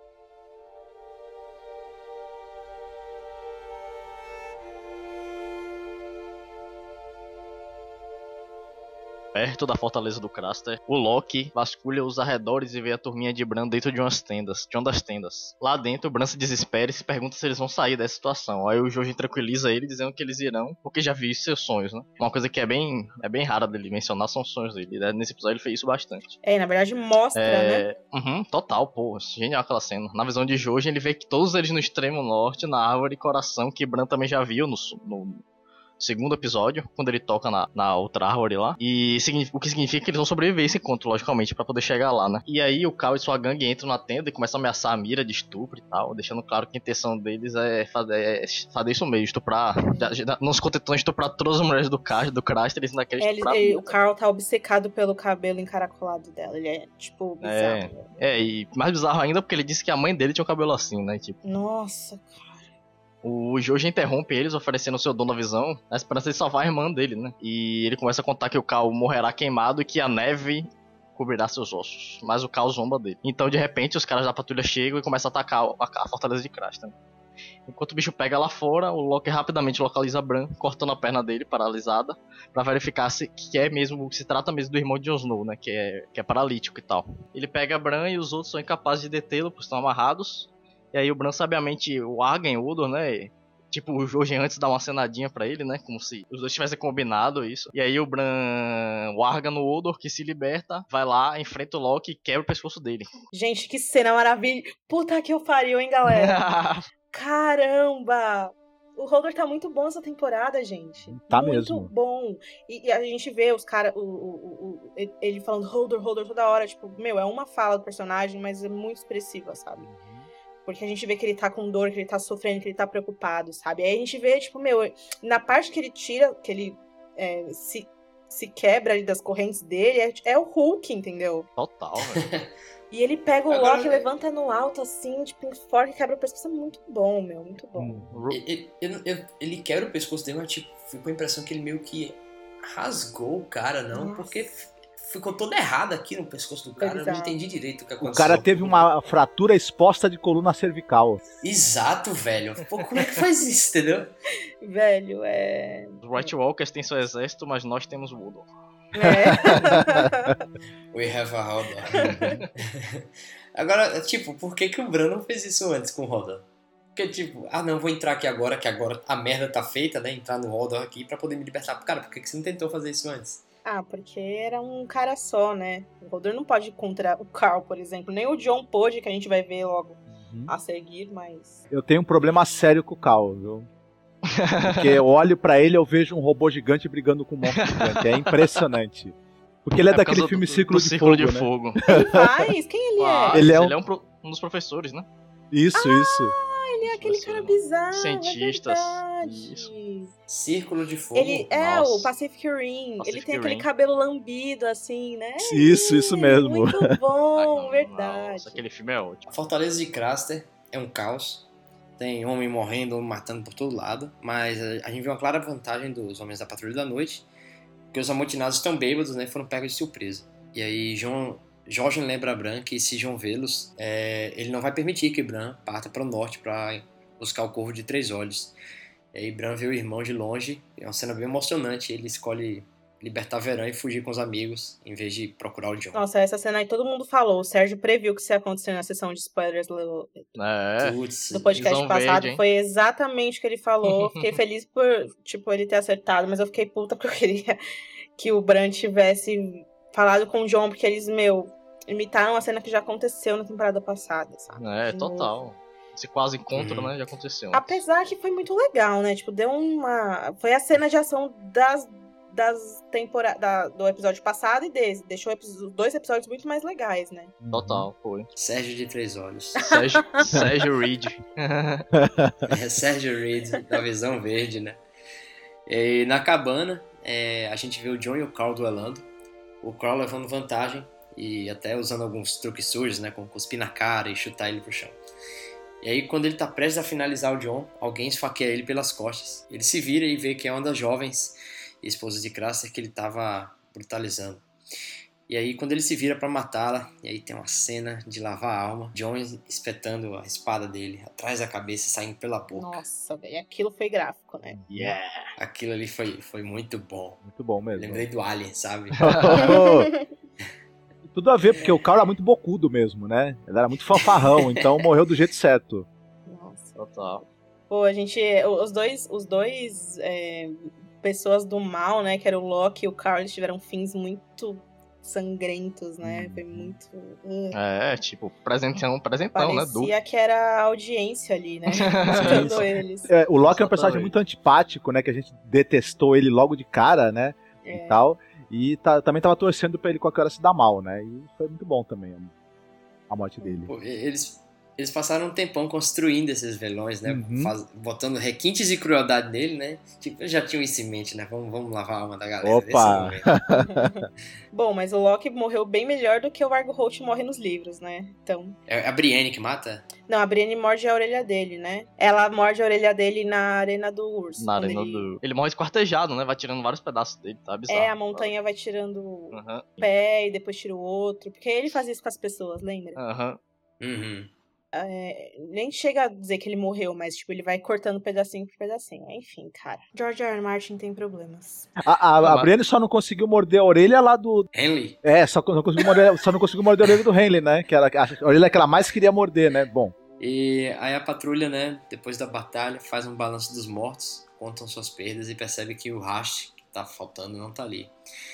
Perto da fortaleza do Craster, o Loki vasculha os arredores e vê a turminha de Bran dentro de umas tendas, de uma das tendas. Lá dentro, Bran se desespera e se pergunta se eles vão sair dessa situação. Aí o Jojen tranquiliza ele, dizendo que eles irão, porque já viu seus sonhos, né? Uma coisa que é bem, é bem rara dele mencionar são os sonhos dele, né? Nesse episódio ele fez isso bastante. É, na verdade mostra, é... né? Uhum, total, pô, genial aquela cena. Na visão de Jojen, ele vê que todos eles no extremo norte, na árvore coração, que Bran também já viu no... no segundo episódio, quando ele toca na, na outra árvore lá. E o que significa que eles vão sobreviver esse encontro, logicamente, pra poder chegar lá, né? E aí o Cal e sua gangue entram na tenda e começam a ameaçar a Mira de estupro e tal, deixando claro que a intenção deles é fazer, é fazer isso mesmo, estuprar. Já, já, não se contentando de estuprar todas as mulheres do Crash, do Crash, eles ainda querem estuprar. Ele, ele, o Carl tá obcecado pelo cabelo encaracolado dela. Ele é, tipo, bizarro. É, é, e mais bizarro ainda porque ele disse que a mãe dele tinha um cabelo assim, né? Tipo. Nossa, cara. O Joji interrompe eles, oferecendo o seu dom da visão, na esperança de salvar a irmã dele, né? E ele começa a contar que o Cal morrerá queimado e que a neve cobrirá seus ossos. Mas o Cal zomba dele. Então, de repente, os caras da patrulha chegam e começam a atacar a, a fortaleza de Crash, né? Enquanto o bicho pega lá fora, o Loki rapidamente localiza a Bran, cortando a perna dele, paralisada, pra verificar se que é mesmo, se trata mesmo do irmão de Jon Snow, né? Que é, que é paralítico e tal. Ele pega a Bran e os outros são incapazes de detê-lo, porque estão amarrados. E aí o Bran sabiamente, o Argen, o Udor, né? Tipo, o Jorge antes dá uma cenadinha pra ele, né? Como se os dois tivessem combinado isso. E aí o Bran larga no Odor, que se liberta, vai lá, enfrenta o Loki e quebra o pescoço dele. Gente, que cena maravilhosa. Puta que eu pariu, hein, galera? Caramba! O Hodor tá muito bom essa temporada, gente. Tá muito mesmo. Muito bom. E, e a gente vê os caras, o, o, o, ele falando Hodor, Hodor toda hora. Tipo, meu, é uma fala do personagem, mas é muito expressiva, sabe? Porque a gente vê que ele tá com dor, que ele tá sofrendo, que ele tá preocupado, sabe? Aí a gente vê, tipo, meu, na parte que ele tira, que ele é, se, se quebra ali das correntes dele, é, é o Hulk, entendeu? Total, velho. E ele pega o Agora, Loki, levanta no alto, assim, tipo, enforca e quebra o pescoço. É muito bom, meu, muito bom. Hum. Ele, ele, ele, ele quebra o pescoço dele, mas, tipo, fico com a impressão que ele meio que rasgou o cara, não? Nossa. Porque ficou todo errado aqui no pescoço do cara. Eu não entendi direito o que aconteceu. O cara teve uma fratura exposta de coluna cervical. Exato, velho. Pô, como é que faz isso, entendeu? Velho, é... Os White Walkers têm seu exército, mas nós temos o Udor. É. We have a Hodor. Agora, tipo, por que que o Bran não fez isso antes com o Hodor? Porque, tipo, ah não, vou entrar aqui agora, que agora a merda tá feita, né? Entrar no Hodor aqui pra poder me libertar. Cara, por que que você não tentou fazer isso antes? Ah, porque era um cara só, né? O Hodor não pode ir contra o Carl, por exemplo. Nem o Jon pôde, que a gente vai ver logo Uhum. a seguir, mas... Eu tenho um problema sério com o Cal, viu? Porque eu olho pra ele e eu vejo um robô gigante brigando com um monstro gigante. É impressionante. Porque ele é, É por daquele causa filme do- Círculo, do de, Círculo Fogo, de né? Fogo. Ele faz? Quem ele é? Ah, Ele ele é é, um- um... pro- um dos professores, né? Isso, isso. Ele é aquele cara Professor. bizarro, Cientistas. é verdade. Isso. Círculo de fogo. Ele é Nossa. o Pacific Rim. Pacific ele tem aquele Rim. cabelo lambido, assim, né? Isso, isso mesmo. Muito Ai, bom, não, verdade. Nossa, aquele filme é ótimo. A Fortaleza de Craster é um caos. Tem homem morrendo, homem matando por todo lado. Mas a gente vê uma clara vantagem dos homens da Patrulha da Noite. Porque os amotinados estão bêbados, né? Foram pegos de surpresa. E aí João, Jorge lembra a Bran que se João vê-los, é, ele não vai permitir que Bran parta para o norte para buscar o Corvo de Três Olhos. E aí Bran vê o irmão de longe. É uma cena bem emocionante. Ele escolhe libertar Verão e fugir com os amigos, em vez de procurar o Jon. Nossa, essa cena aí todo mundo falou. O Sérgio previu que isso ia acontecer na sessão de spoilers do, É. Putz, do podcast Visão passado. verde, hein? Foi exatamente o que ele falou. Fiquei feliz por, tipo, ele ter acertado, mas eu fiquei puta porque eu queria que o Bran tivesse falado com o Jon, porque eles, meu, imitaram a cena que já aconteceu na temporada passada, sabe? É, De novo. total. Esse quase encontro, Uhum. né, já aconteceu. Apesar que foi muito legal, né? Tipo, deu uma... Foi a cena de ação das, das temporadas... Da, do episódio passado e desse. Deixou os dois episódios muito mais legais, né? Total, foi. Sérgio de Três Olhos. Sérgio, Sérgio Reed. É Sérgio Reed, da Visão Verde, né? E na cabana, é, a gente vê o Jon e o Carl duelando. O Carl levando vantagem e até usando alguns truques sujos, né? Como cuspir na cara e chutar ele pro chão. E aí, quando ele tá prestes a finalizar o Jon, alguém esfaqueia ele pelas costas. Ele se vira e vê que é uma das jovens esposas de Craster que ele tava brutalizando. E aí, quando ele se vira pra matá-la, e aí tem uma cena de lavar a alma, Jon espetando a espada dele atrás da cabeça e saindo pela boca. Nossa, velho. Aquilo foi gráfico, né? Yeah. Aquilo ali foi, foi muito bom. Muito bom mesmo. Lembrei do Alien, sabe? Tudo a ver, porque o Carl era muito bocudo mesmo, né? Ele era muito fanfarrão, então morreu do jeito certo. Nossa. Total. Pô, a gente... Os dois... Os dois é, pessoas do mal, né? Que era o Loki e o Carl, eles tiveram fins muito sangrentos, né? Foi muito... Uh. É, tipo, presentão, presentão, né? Duplo. Parecia que era a audiência ali, né? Matando eles. É, o Loki é um personagem Exatamente. muito antipático, né? Que a gente detestou ele logo de cara, né? É. E tal. E tá- também tava torcendo pra ele qualquer hora se dar mal, né? E foi muito bom também a morte dele. Pô, eles, eles passaram um tempão construindo esses vilões, né? Uhum. Faz- botando requintes de crueldade nele, né? Tipo, já tinham isso em mente, né? Vamos, vamos lavar a alma da galera. Opa! nesse momento. Bom, mas o Loki morreu bem melhor do que o Argo Holt morre nos livros, né? Então... É a Brienne que mata? Não, a Brienne morde a orelha dele, né? Ela morde a orelha dele na arena do urso. Na quando arena ele... do... Ele morre esquartejado, né? Vai tirando vários pedaços dele, tá bizarro. É, a montanha vai tirando o Aham, pé e depois tira o outro. Porque ele fazia isso com as pessoas, lembra? aham. Uhum. É, nem chega a dizer que ele morreu, mas tipo, ele vai cortando pedacinho por pedacinho. Enfim, cara. George R. R. Martin tem problemas. A, a, a Mas- Brienne só não conseguiu morder a orelha lá do. Henley? É, só não conseguiu morder, só não conseguiu morder a orelha do Henley, né? Que era a orelha que ela mais queria morder, né? Bom. E aí a patrulha, né, depois da batalha, faz um balanço dos mortos, contam suas perdas e percebe que o Rash, que tá faltando, não tá ali.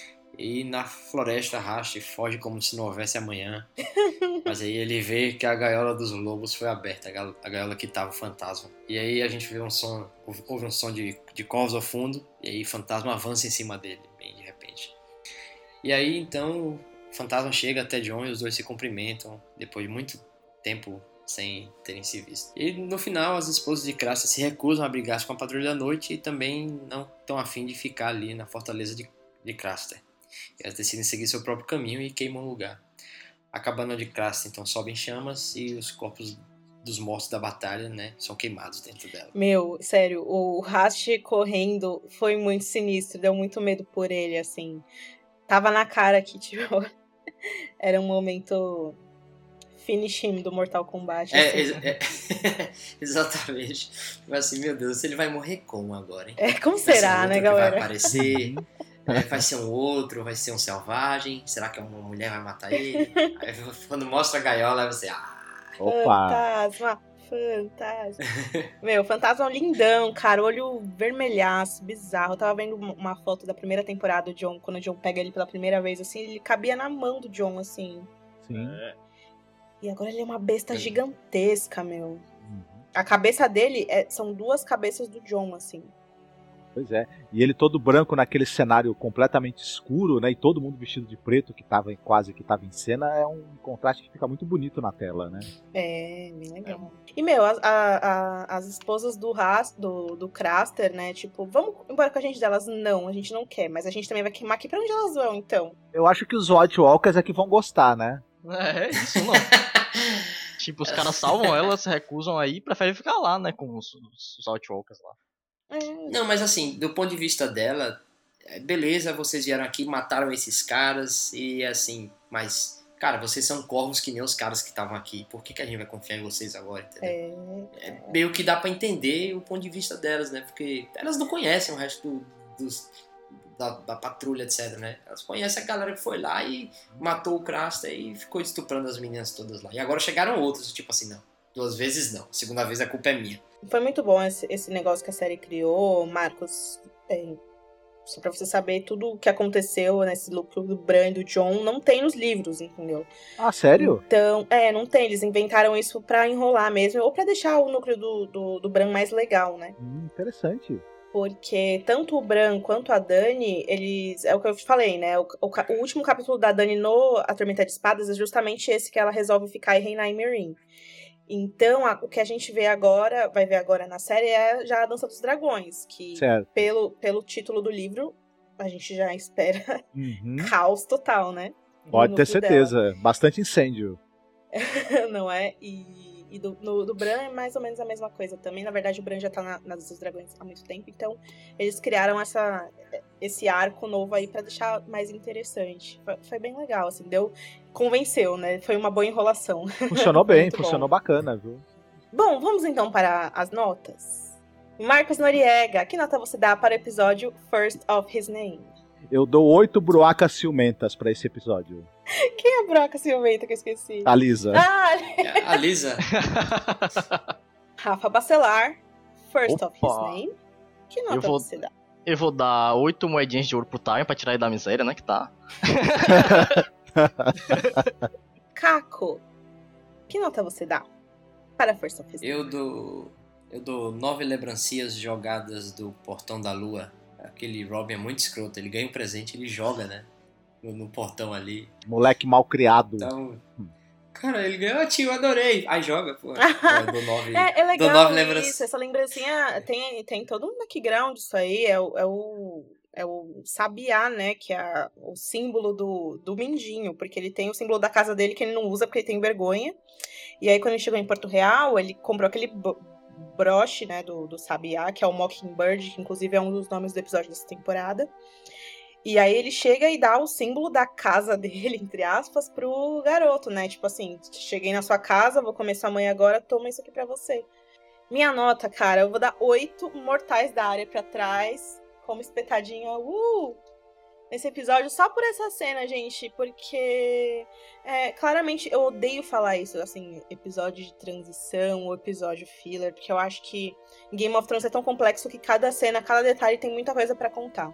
E na floresta, Rash foge como se não houvesse amanhã. Mas aí ele vê que a gaiola dos lobos foi aberta, a ga- a gaiola que tava o fantasma. E aí a gente vê um som, ouve ouve um som de, de corvos ao fundo, e aí o fantasma avança em cima dele, bem de repente. E aí então o fantasma chega até Jon e os dois se cumprimentam, depois de muito tempo sem terem se visto. E no final as esposas de Craster se recusam a brigar com a patrulha da noite e também não estão afim de ficar ali na fortaleza de, de Craster. Elas decidem seguir seu próprio caminho e queimam o lugar. A cabana de Craster então sobe em chamas e os corpos dos mortos da batalha, né, são queimados dentro dela. Meu, sério, o Rast correndo foi muito sinistro, deu muito medo por ele, assim. Tava na cara que, tipo, era um momento finish him do Mortal Kombat. É, assim. é- é- exatamente. Mas assim, meu Deus, ele vai morrer como agora, hein? É, como Vai ser será, outro né, que galera? Vai aparecer, é, vai ser um outro, vai ser um selvagem, será que uma mulher vai matar ele? Aí quando mostra a gaiola, aí você, ah, Opa! Fantasma, fantasma. Meu, fantasma lindão, cara, olho vermelhaço, bizarro. Eu tava vendo uma foto da primeira temporada do Jon, quando o Jon pega ele pela primeira vez, assim, ele cabia na mão do Jon, assim. Sim. E agora ele é uma besta gigantesca, meu. Uhum. A cabeça dele é- são duas cabeças do Jon, assim. Pois é. E ele todo branco naquele cenário completamente escuro, né? E todo mundo vestido de preto, que tava em- quase que tava em cena, é um contraste que fica muito bonito na tela, né? É, bem legal. E, meu, as, a- a- as esposas do, Ras, do, do Craster, né? Tipo, vamos embora com a gente delas? Não, a gente não quer. Mas a gente também vai queimar aqui. Pra onde elas vão, então? Eu acho que os White Walkers é que vão gostar, né? É, é isso, não. Tipo, os caras salvam ela, se recusam aí e preferem ficar lá, né, com os, os Outwalkers lá. É, Não, mas assim, do ponto de vista dela, é, beleza, vocês vieram aqui, mataram esses caras e assim, mas, cara, vocês são corvos que nem os caras que estavam aqui. Por que, que a gente vai confiar em vocês agora, entendeu? é, É meio que dá pra entender o ponto de vista delas, né? Porque elas não conhecem o resto do- dos, da, da patrulha, etc, né? Elas conhecem a galera que foi lá e matou o Craster e ficou estuprando as meninas todas lá. E agora chegaram outros, tipo assim, não, duas vezes não, segunda vez a culpa é minha. Foi muito bom esse, esse negócio que a série criou, Marcos. É, só pra você saber tudo o que aconteceu nesse lucro do Bran e do Jon, não tem nos livros, entendeu? Ah, sério? Então, é, não tem. Eles inventaram isso pra enrolar mesmo, ou pra deixar o núcleo do, do, do Bran mais legal, né? Hum, interessante. Porque tanto o Bran quanto a Dany, eles. É o que eu te falei, né? O, o, ca- o último capítulo da Dany no A Tormenta de Espadas é justamente esse que ela resolve ficar e reinar em Meereen. Então, a- o que a gente vê agora, vai ver agora na série, é já a Dança dos Dragões, que Certo. pelo, pelo título do livro, a gente já espera Uhum. caos total, né? No Pode ter núcleo certeza. Bastante incêndio. dela, não é? E, e do, no, do Bran é mais ou menos a mesma coisa também. Na verdade, o Bran já tá na, na Dança dos Dragões há muito tempo, então eles criaram essa, esse arco novo aí pra deixar mais interessante. Foi, foi bem legal, assim, deu... Convenceu, né? Foi uma boa enrolação. Funcionou bem, Muito bom. funcionou bacana, viu? Bom, vamos então para as notas. Marcos Noriega, que nota você dá para o episódio First of His Name? Eu dou oito broacas ciumentas pra esse episódio. Quem é a Broca Silveira que eu esqueci? A Lisa. Ah, A Lisa, Rafa Bacelar, First of His Opa. Name. Que Eu nota vou- você dá? Eu vou dar oito moedinhas de ouro pro Tyrion pra tirar ele da miséria, né, que tá. Caco, que nota você dá para a Força Oficial? Eu dou, eu dou nove lembrancinhas jogadas do Portão da Lua. Aquele Robin é muito escroto, ele ganha um presente, ele joga, né, no, no portão ali. Moleque mal criado. Então, cara, ele ganhou, tio, eu adorei. Aí joga, pô. Eu dou nove, É, é dou legal nove isso, lembrancinhas. essa lembrancinha tem, tem todo um background isso aí, é o, é o, é o sabiá, né, que é o símbolo do, do Mindinho, porque ele tem o símbolo da casa dele que ele não usa porque ele tem vergonha, e aí quando ele chegou em Porto Real, ele comprou aquele bo- broche, né, do, do sabiá, que é o Mockingbird, que inclusive é um dos nomes do episódio dessa temporada. E aí ele chega e dá o símbolo da casa dele, entre aspas, pro garoto, né? Tipo assim, cheguei na sua casa, vou comer sua mãe agora, toma isso aqui pra você. Minha nota, cara, eu vou dar oito mortais da área pra trás, como espetadinha, uh! Nesse episódio, só por essa cena, gente, porque é, claramente eu odeio falar isso, assim, episódio de transição ou episódio filler, porque eu acho que Game of Thrones é tão complexo que cada cena, cada detalhe tem muita coisa pra contar.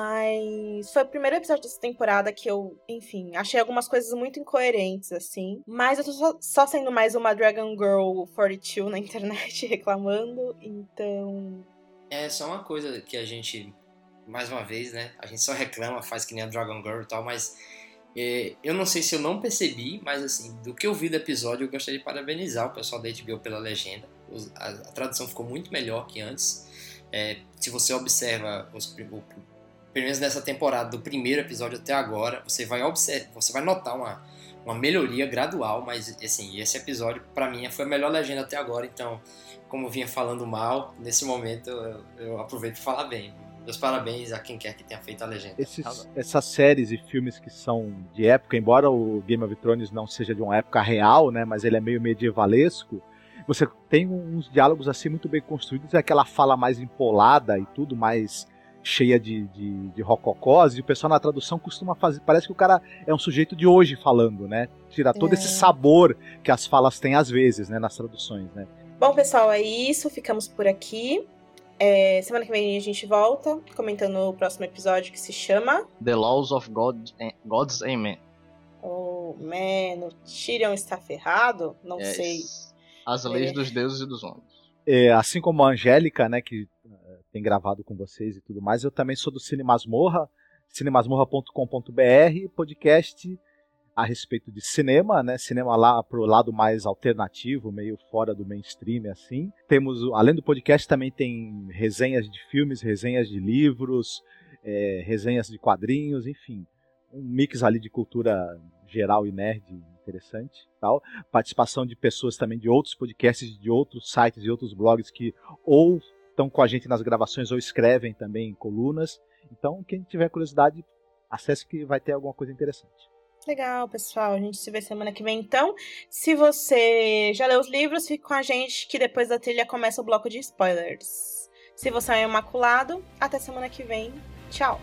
Mas foi o primeiro episódio dessa temporada que eu, enfim, achei algumas coisas muito incoerentes, assim, mas eu tô só, só sendo mais uma Dragon Girl quarenta e dois na internet reclamando, então... É só uma coisa que a gente, mais uma vez, né, a gente só reclama, faz que nem a Dragon Girl e tal, mas é, eu não sei se eu não percebi, mas assim, do que eu vi do episódio, eu gostaria de parabenizar o pessoal da H B O pela legenda. Os, a, a tradução ficou muito melhor que antes. É, se você observa, os, o, pelo menos nessa temporada, do primeiro episódio até agora, você vai, observar, você vai notar uma, uma melhoria gradual, mas assim, esse episódio, pra mim, foi a melhor legenda até agora, então, como eu vinha falando mal, nesse momento eu, eu aproveito para falar bem. Meus parabéns a quem quer que tenha feito a legenda. Esses, essas séries e filmes que são de época, embora o Game of Thrones não seja de uma época real, né, mas ele é meio medievalesco, você tem uns diálogos assim muito bem construídos, é aquela fala mais empolada e tudo, mais cheia de, de, de rococós, e o pessoal na tradução costuma fazer, parece que o cara é um sujeito de hoje falando, né, tira todo é. esse sabor que as falas têm às vezes, né, nas traduções, né. Bom, pessoal, é isso, ficamos por aqui. É, semana que vem a gente volta comentando o próximo episódio que se chama The Laws of God, Gods and Men. Oh, man, o Tyrion está ferrado? Não yes. sei. As leis é. dos deuses e dos homens. É, assim como a Angélica, né, que uh, tem gravado com vocês e tudo mais, eu também sou do Cine Masmorra, cinemasmorra ponto com ponto b r, podcast a respeito de cinema, né? Cinema lá pro lado mais alternativo, meio fora do mainstream, assim. Temos, além do podcast, também tem resenhas de filmes, resenhas de livros, é, resenhas de quadrinhos, enfim. Um mix ali de cultura geral e nerd interessante, tal. Participação de pessoas também de outros podcasts, de outros sites e outros blogs que ou estão com a gente nas gravações ou escrevem também em colunas. Então, quem tiver curiosidade, acesse que vai ter alguma coisa interessante. Legal, pessoal. A gente se vê semana que vem, então. Se você já leu os livros, fique com a gente que depois da trilha começa o bloco de spoilers. Se você é um imaculado, até semana que vem. Tchau!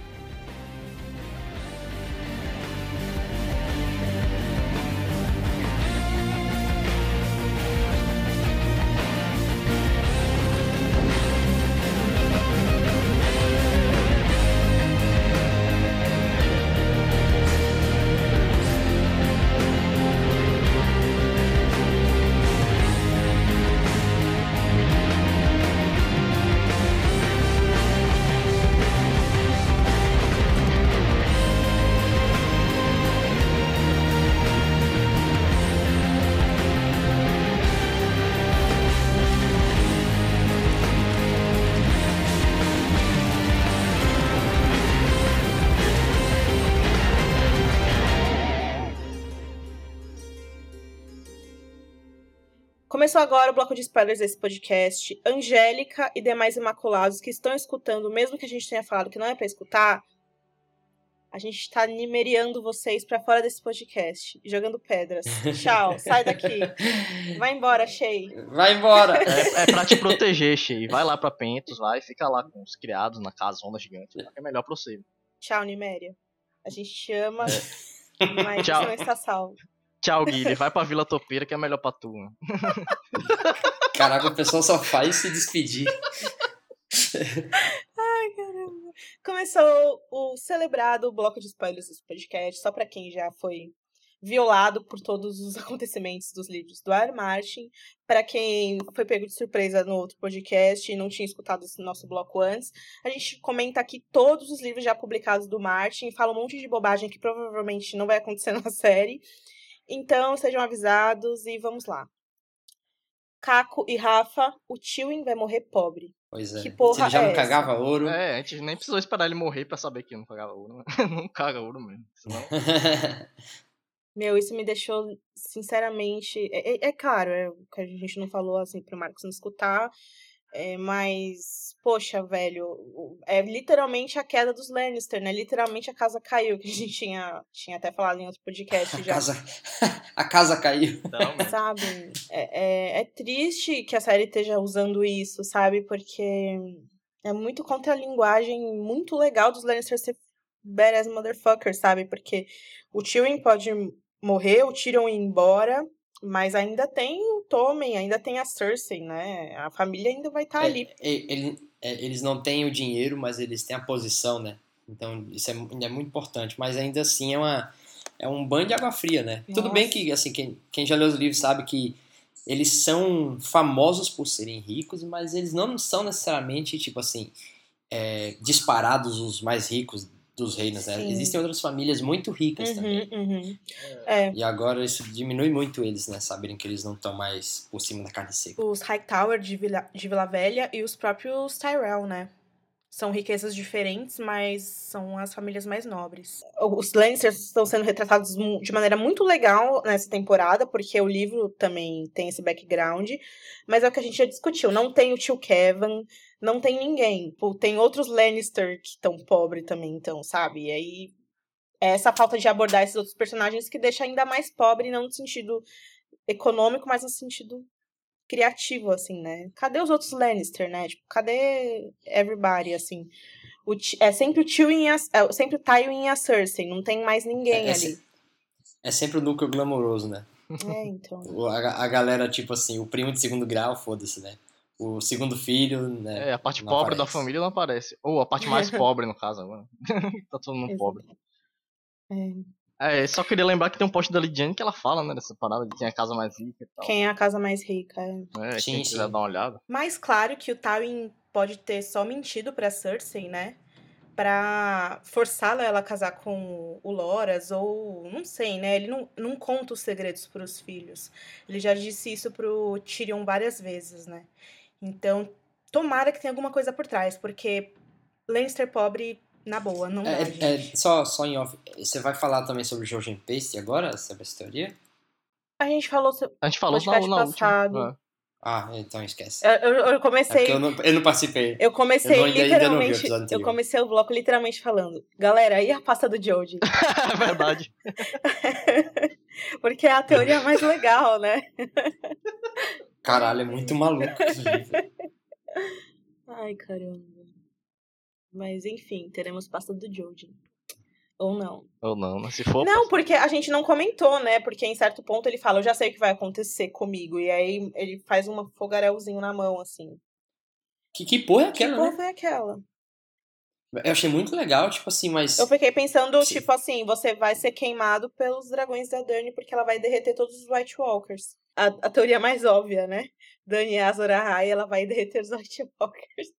Começou agora o bloco de spoilers desse podcast. Angélica e demais imaculados que estão escutando, mesmo que a gente tenha falado que não é pra escutar, a gente tá nimeriando vocês pra fora desse podcast, jogando pedras. Tchau, sai daqui. Vai embora, Shea. Vai embora. É, é pra te proteger, Shea. Vai lá pra Pentos, vai, fica lá com os criados na casona gigante. É melhor pra você. Tchau, Niméria. A gente te ama, é. mas Tchau. você não está salvo. Tchau, Guilherme. Vai pra Vila Topeira que é melhor pra tu. Né? Caraca, o pessoal só faz se despedir. Ai, cara. Começou o celebrado bloco de spoilers desse podcast, só pra quem já foi violado por todos os acontecimentos dos livros do R. Martin, pra quem foi pego de surpresa no outro podcast e não tinha escutado esse nosso bloco antes. A gente comenta aqui todos os livros já publicados do Martin, fala um monte de bobagem que provavelmente não vai acontecer na série. Então, sejam avisados e vamos lá. Caco e Rafa, o Tywin vai morrer pobre. Pois é. Que porra Se ele já é não essa? cagava ouro. É, a gente nem precisou esperar ele morrer pra saber que não cagava ouro. Né? Não caga ouro mesmo. Senão... Meu, isso me deixou, sinceramente... É, é, é claro, é o que a gente não falou, assim, pro Marcos não escutar, é, mas, poxa, velho, é literalmente a queda dos Lannister, né? Literalmente a casa caiu, que a gente tinha, tinha até falado em outro podcast a, já. casa... a casa caiu. Literalmente. Sabe? É, é, é triste que a série esteja usando isso, sabe? Porque é muito contra a linguagem muito legal dos Lannister ser badass motherfuckers, sabe? Porque o Tywin pode morrer, o Tyrion ir embora, mas ainda tem o Tommen, ainda tem a Cersei, né? A família ainda vai estar tá É, ali. é, ele, é, eles não têm o dinheiro, mas eles têm a posição, né? Então isso é, é muito importante. Mas ainda assim é, uma, é um banho de água fria, né? Nossa. Tudo bem que assim, quem, quem já leu os livros sabe que eles são famosos por serem ricos, mas eles não são necessariamente, tipo assim, é, disparados os mais ricos dos reinos, né? Sim. Existem outras famílias muito ricas Uhum, também. uhum. É. E agora isso diminui muito eles, né? Saberem que eles não estão mais por cima da carne seca. Os Hightower de Vila, de Vila Velha e os próprios Tyrell, né? São riquezas diferentes, mas são as famílias mais nobres. Os Lannisters estão sendo retratados de maneira muito legal nessa temporada, porque o livro também tem esse background. Mas é o que a gente já discutiu. Não tem o tio Kevin, não tem ninguém. Tem outros Lannister que estão pobres também, então, sabe? E aí, é essa falta de abordar esses outros personagens que deixa ainda mais pobre, não no sentido econômico, mas no sentido criativo, assim, né? Cadê os outros Lannister, né? Tipo, cadê everybody, assim? O, é sempre o Tywin e a, é sempre o Tywin e a Cersei, não tem mais ninguém é, é ali. Se, é sempre o núcleo glamouroso, né? É, então. A, a galera, tipo assim, o primo de segundo grau, foda-se, né? O segundo filho, né? É, a parte pobre aparece. da família não aparece. Ou a parte mais pobre, no caso, agora. Tá todo mundo pobre. É. É, só queria lembrar que tem um post da Lidiane que ela fala, né, dessa parada de quem é a casa mais rica e tal. Quem é a casa mais rica, é. É, Sim, quem sim. quiser dar uma olhada. Mas claro que o Tywin pode ter só mentido pra Cersei, né? Pra forçá-la ela a casar com o Loras, ou não sei, né? Ele não, não conta os segredos pros filhos. Ele já disse isso pro Tyrion várias vezes, né? Então, tomara que tenha alguma coisa por trás, porque Lannister pobre, na boa, não dá, É, gente. é, só, só em off, você vai falar também sobre o Jorgen Paste agora, sobre essa teoria? A gente falou sobre A gente falou na, podcast na passado. última. É. Ah, então esquece. Eu, eu, eu É comecei... porque eu não, eu não participei. Eu comecei Eu não- ainda- ainda não vi o literalmente... episódio eu anterior. comecei o bloco literalmente falando, galera, e a pasta do Jodie? É verdade. Porque é a teoria mais legal, né? Caralho, é muito maluco esse livro. Ai, caramba. Mas, enfim, teremos pasta do Jodie. Ou não. Ou não, mas se for... Não, passa- porque a gente não comentou, né? Porque em certo ponto ele fala, eu já sei o que vai acontecer comigo. E aí ele faz um fogarelzinho na mão, assim. Que, que porra é Que aquela, porra né? foi aquela? Eu achei muito legal, tipo assim, mas... Eu fiquei pensando, Sim. tipo assim, você vai ser queimado pelos dragões da Dany porque ela vai derreter todos os White Walkers. A, a teoria mais óbvia, né? Dany e Azor Ahai, ela vai derreter os White Walkers.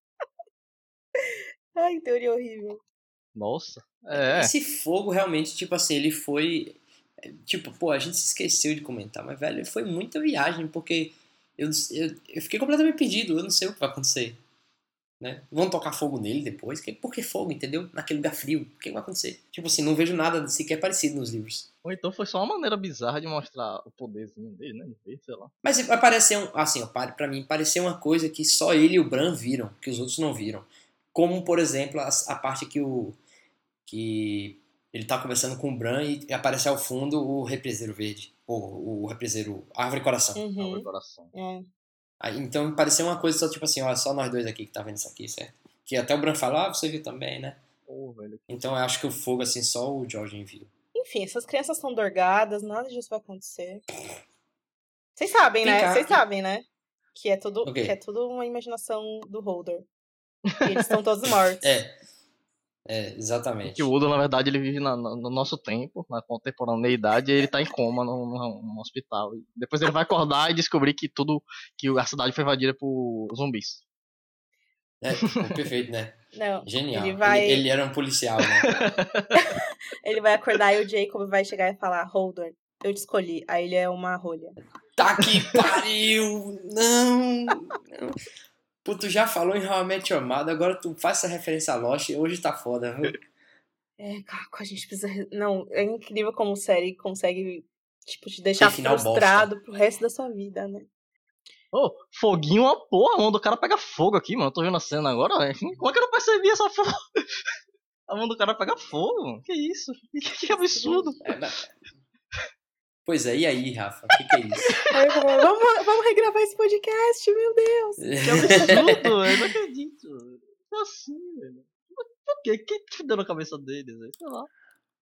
Ai, teoria horrível. Nossa. É. Esse fogo realmente, tipo assim, ele foi... Tipo, pô, a gente se esqueceu de comentar, mas, velho, foi muita viagem, porque eu, eu, eu fiquei completamente perdido, eu não sei o que vai acontecer. Né? Vão tocar fogo nele depois? Que- Por que fogo, entendeu? Naquele lugar frio. O que vai acontecer? Tipo assim, não vejo nada sequer parecido nos livros. Ou então foi só uma maneira bizarra de mostrar o poderzinho dele, né? Não sei, sei lá. Mas vai parecer, um, assim, ó, pare- pra mim, pareceu uma coisa que só ele e o Bran viram, que os outros não viram. Como, por exemplo, a, a parte que o... que ele tá conversando com o Bran e aparece ao fundo o represeiro verde. Ou o represeiro... Árvore Coração. Uhum. Abre o coração. É. Aí, então pareceu uma coisa só tipo assim, ó, só nós dois aqui que tá vendo isso aqui, certo? Que até o Bran fala, ah, você viu também, né? Pô, velho. Então eu acho que o fogo, assim, só o Jorgen viu. Enfim, essas crianças são dorgadas, nada disso vai acontecer. Vocês sabem, Vem né? cá. Vocês sabem, né? Que é tudo, O quê? que é tudo uma imaginação do Holder. E eles estão todos mortos. É. É, exatamente. Que o Udo, na verdade, ele vive na, na, no nosso tempo, na contemporaneidade, e ele tá em coma num, num, num hospital. E depois ele vai acordar e descobrir que tudo, que a cidade foi invadida por zumbis. É, perfeito, né? Não, Genial. ele vai... Ele, ele era um policial, né? Ele vai acordar e o Jacob vai chegar e falar, Holdor, eu te escolhi. Aí ele é uma rolha. Tá que pariu! Não! não. Pô, tu já falou em How I Met Your Mother, agora tu faz essa referência a Lost, hoje tá foda, viu? É, Caco, a gente precisa... Não, é incrível como série consegue, tipo, te deixar final frustrado bosta. pro resto da sua vida, né? Ô, oh, foguinho, uma porra, a mão do cara pega fogo aqui, mano. Eu tô vendo a cena agora, velho. Como é que eu não percebi essa fogo? A mão do cara pega fogo, mano. Que isso? Que, que absurdo. É, né? Pois é, e aí, Rafa? O que, que é isso? Aí, vamos, vamos regravar esse podcast, meu Deus. Que absurdo, eu não acredito. É assim, velho. Por quê? O que que deu na cabeça deles, velho? Sei lá.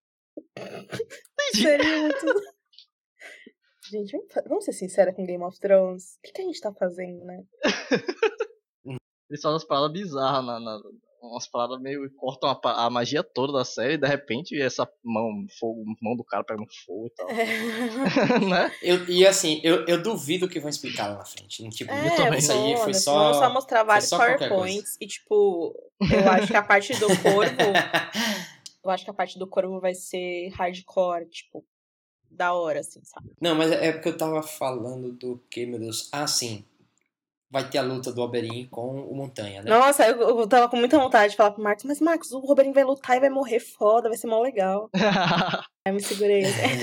Entendi. Seria muito... Gente, vamos ser sinceros com Game of Thrones. O que, que a gente tá fazendo, né? Eles fazem umas paradas bizarras, na, na, umas paradas meio... cortam a, a magia toda da série e de repente essa mão, fogo, mão do cara pega um fogo e tal. É. Né? Eu, e assim, eu, eu duvido que vão explicar lá na frente. Tipo, É, eu também. isso aí foi só... Vamos só mostrar vários só qualquer PowerPoints. E tipo, eu acho que a parte do corvo... eu acho que a parte do corvo vai ser hardcore, tipo... da hora, assim, sabe? Não, mas é porque eu tava falando do que, meu Deus? Ah, sim. Vai ter a luta do Oberyn com o Montanha, né? Nossa, eu, eu tava com muita vontade de falar pro Marcos, mas Marcos, o Oberyn vai lutar e vai morrer foda, vai ser mó legal. Aí me segurei.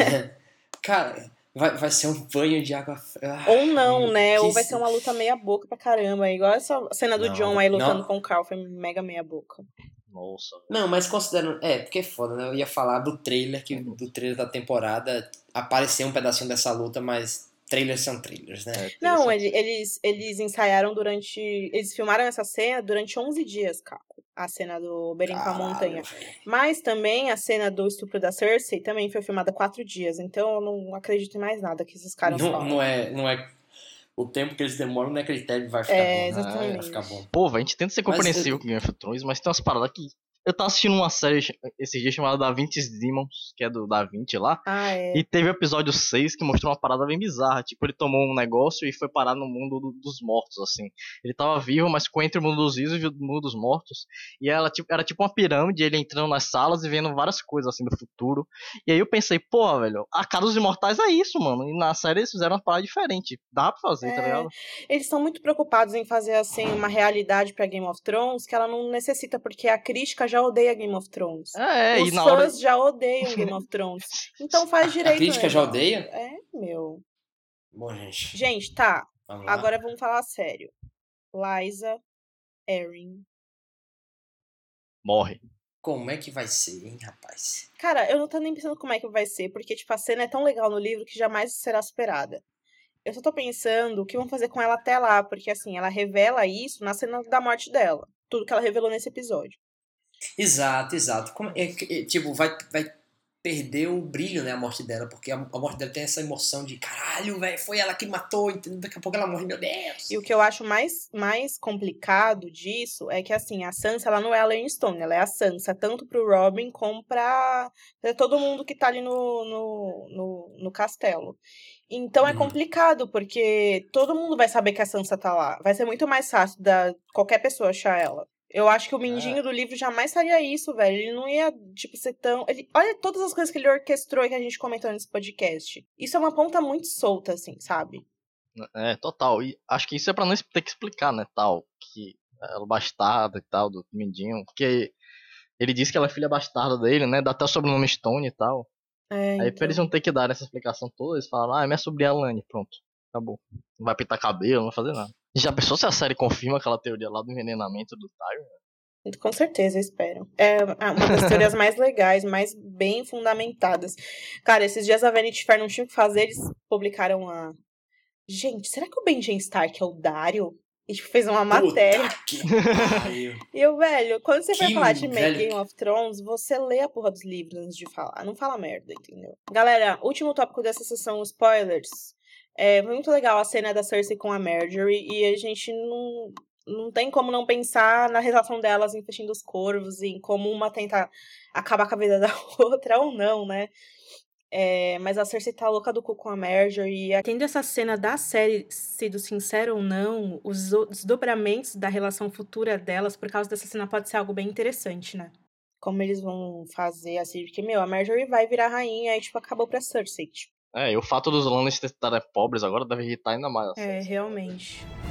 Cara, vai, vai ser um banho de água... Ah, Ou não, né? Ou vai se... ser uma luta meia boca pra caramba. Igual essa cena do não, Jon aí lutando não. com o Carl, foi mega meia boca. Nossa. Não, mas considerando... É, porque é foda, né? Eu ia falar do trailer, que do trailer da temporada apareceu um pedacinho dessa luta, mas trailers são trailers, né? É, Não, eles, eles ensaiaram durante... Eles filmaram essa cena durante onze dias, Caco. A cena do Oberyn com a montanha. Véio. Mas também a cena do estupro da Cersei também foi filmada quatro dias. Então eu não acredito em mais nada que esses caras não, falam. Não é... Não é... O tempo que eles demoram não é critério, vai ficar é, bom. Exatamente. Vai ficar bom. Pô, velho, a gente tenta ser compreensivo mas, com Game of Thrones, mas tem umas paradas que... Eu tava assistindo uma série esses dias chamada Da Vinci's Demons, que é do Da Vinci lá. Ah, é. E teve o episódio seis que mostrou uma parada bem bizarra. Tipo, ele tomou um negócio e foi parar no mundo do, dos mortos, assim. Ele tava vivo, mas ficou entre o mundo dos vivos e o mundo dos mortos. E ela, tipo, era tipo uma pirâmide, ele entrando nas salas e vendo várias coisas, assim, do futuro. E aí eu pensei, pô, velho, a cara dos imortais é isso, mano. E na série eles fizeram uma parada diferente. Dá pra fazer, é, tá ligado? Eles estão muito preocupados em fazer, assim, uma realidade pra Game of Thrones que ela não necessita, porque a crítica já odeia Game of Thrones. É, Os e na fãs hora... já odeiam Game of Thrones. Então faz direito. A crítica já odeia? É, meu. Bom, gente. Gente, tá. Vamos lá. Agora vamos falar sério. Lysa, Arryn. Morre. Como é que vai ser, hein, rapaz? Cara, eu não tô nem pensando como é que vai ser, porque, tipo, a cena é tão legal no livro que jamais será superada. Eu só tô pensando o que vão fazer com ela até lá, porque, assim, ela revela isso na cena da morte dela. Tudo que ela revelou nesse episódio. Exato, exato. Como, é, é, tipo, vai, vai perder o brilho, né, a morte dela, porque a, a morte dela tem essa emoção de caralho, velho, foi ela que matou, entendeu? Daqui a pouco ela morre, meu Deus. E o que eu acho mais, mais complicado disso é que, assim, a Sansa, ela não é a Lannister, ela é a Sansa, tanto pro Robin como pra, pra todo mundo que tá ali no, no, no, no castelo. Então é Uhum. complicado, porque todo mundo vai saber que a Sansa tá lá. Vai ser muito mais fácil da qualquer pessoa achar ela. Eu acho que o Mindinho Ah. do livro jamais faria isso, velho. Ele não ia, tipo, ser tão... Ele... Olha todas as coisas que ele orquestrou e que a gente comentou nesse podcast. Isso é uma ponta muito solta, assim, sabe? É, total. E acho que isso é pra não ter que explicar, né, tal. Que ela é bastarda e tal, do Mindinho. Porque ele disse que ela é filha bastarda dele, né? Dá até o sobrenome Stone e tal. É, Aí então... pra eles não ter que dar essa explicação toda, eles falam, ah, é minha sobrinha Alane, pronto. Acabou. Não vai pintar cabelo, não vai fazer nada. Já pensou se a série confirma aquela teoria lá do envenenamento do Tyrion? Com certeza, eu espero. É uma das teorias mais legais, mais bem fundamentadas. Cara, esses dias a Vanity Fair não tinha o que fazer, eles publicaram a... Gente, será que o Benjen Stark é o Dario? E tipo, fez uma matéria. Puta que pariu. E eu, velho, quando você vai Que falar de velho. Game of Thrones, você lê a porra dos livros antes de falar. Não fala merda, entendeu? Galera, último tópico dessa sessão, spoilers. É muito legal a cena da Cersei com a Marjorie e a gente não... não tem como não pensar na relação delas em Festim dos Corvos e em como uma tenta acabar com a vida da outra ou não, né? É, mas a Cersei tá louca do cu com a Marjorie. E tendo essa cena da série sido sincera ou não, os desdobramentos da relação futura delas por causa dessa cena pode ser algo bem interessante, né? Como eles vão fazer assim, porque, meu, a Marjorie vai virar rainha e, tipo, acabou pra Cersei. Tipo. É, e o fato dos Lannisters estarem pobres agora deve irritar ainda mais. É, realmente.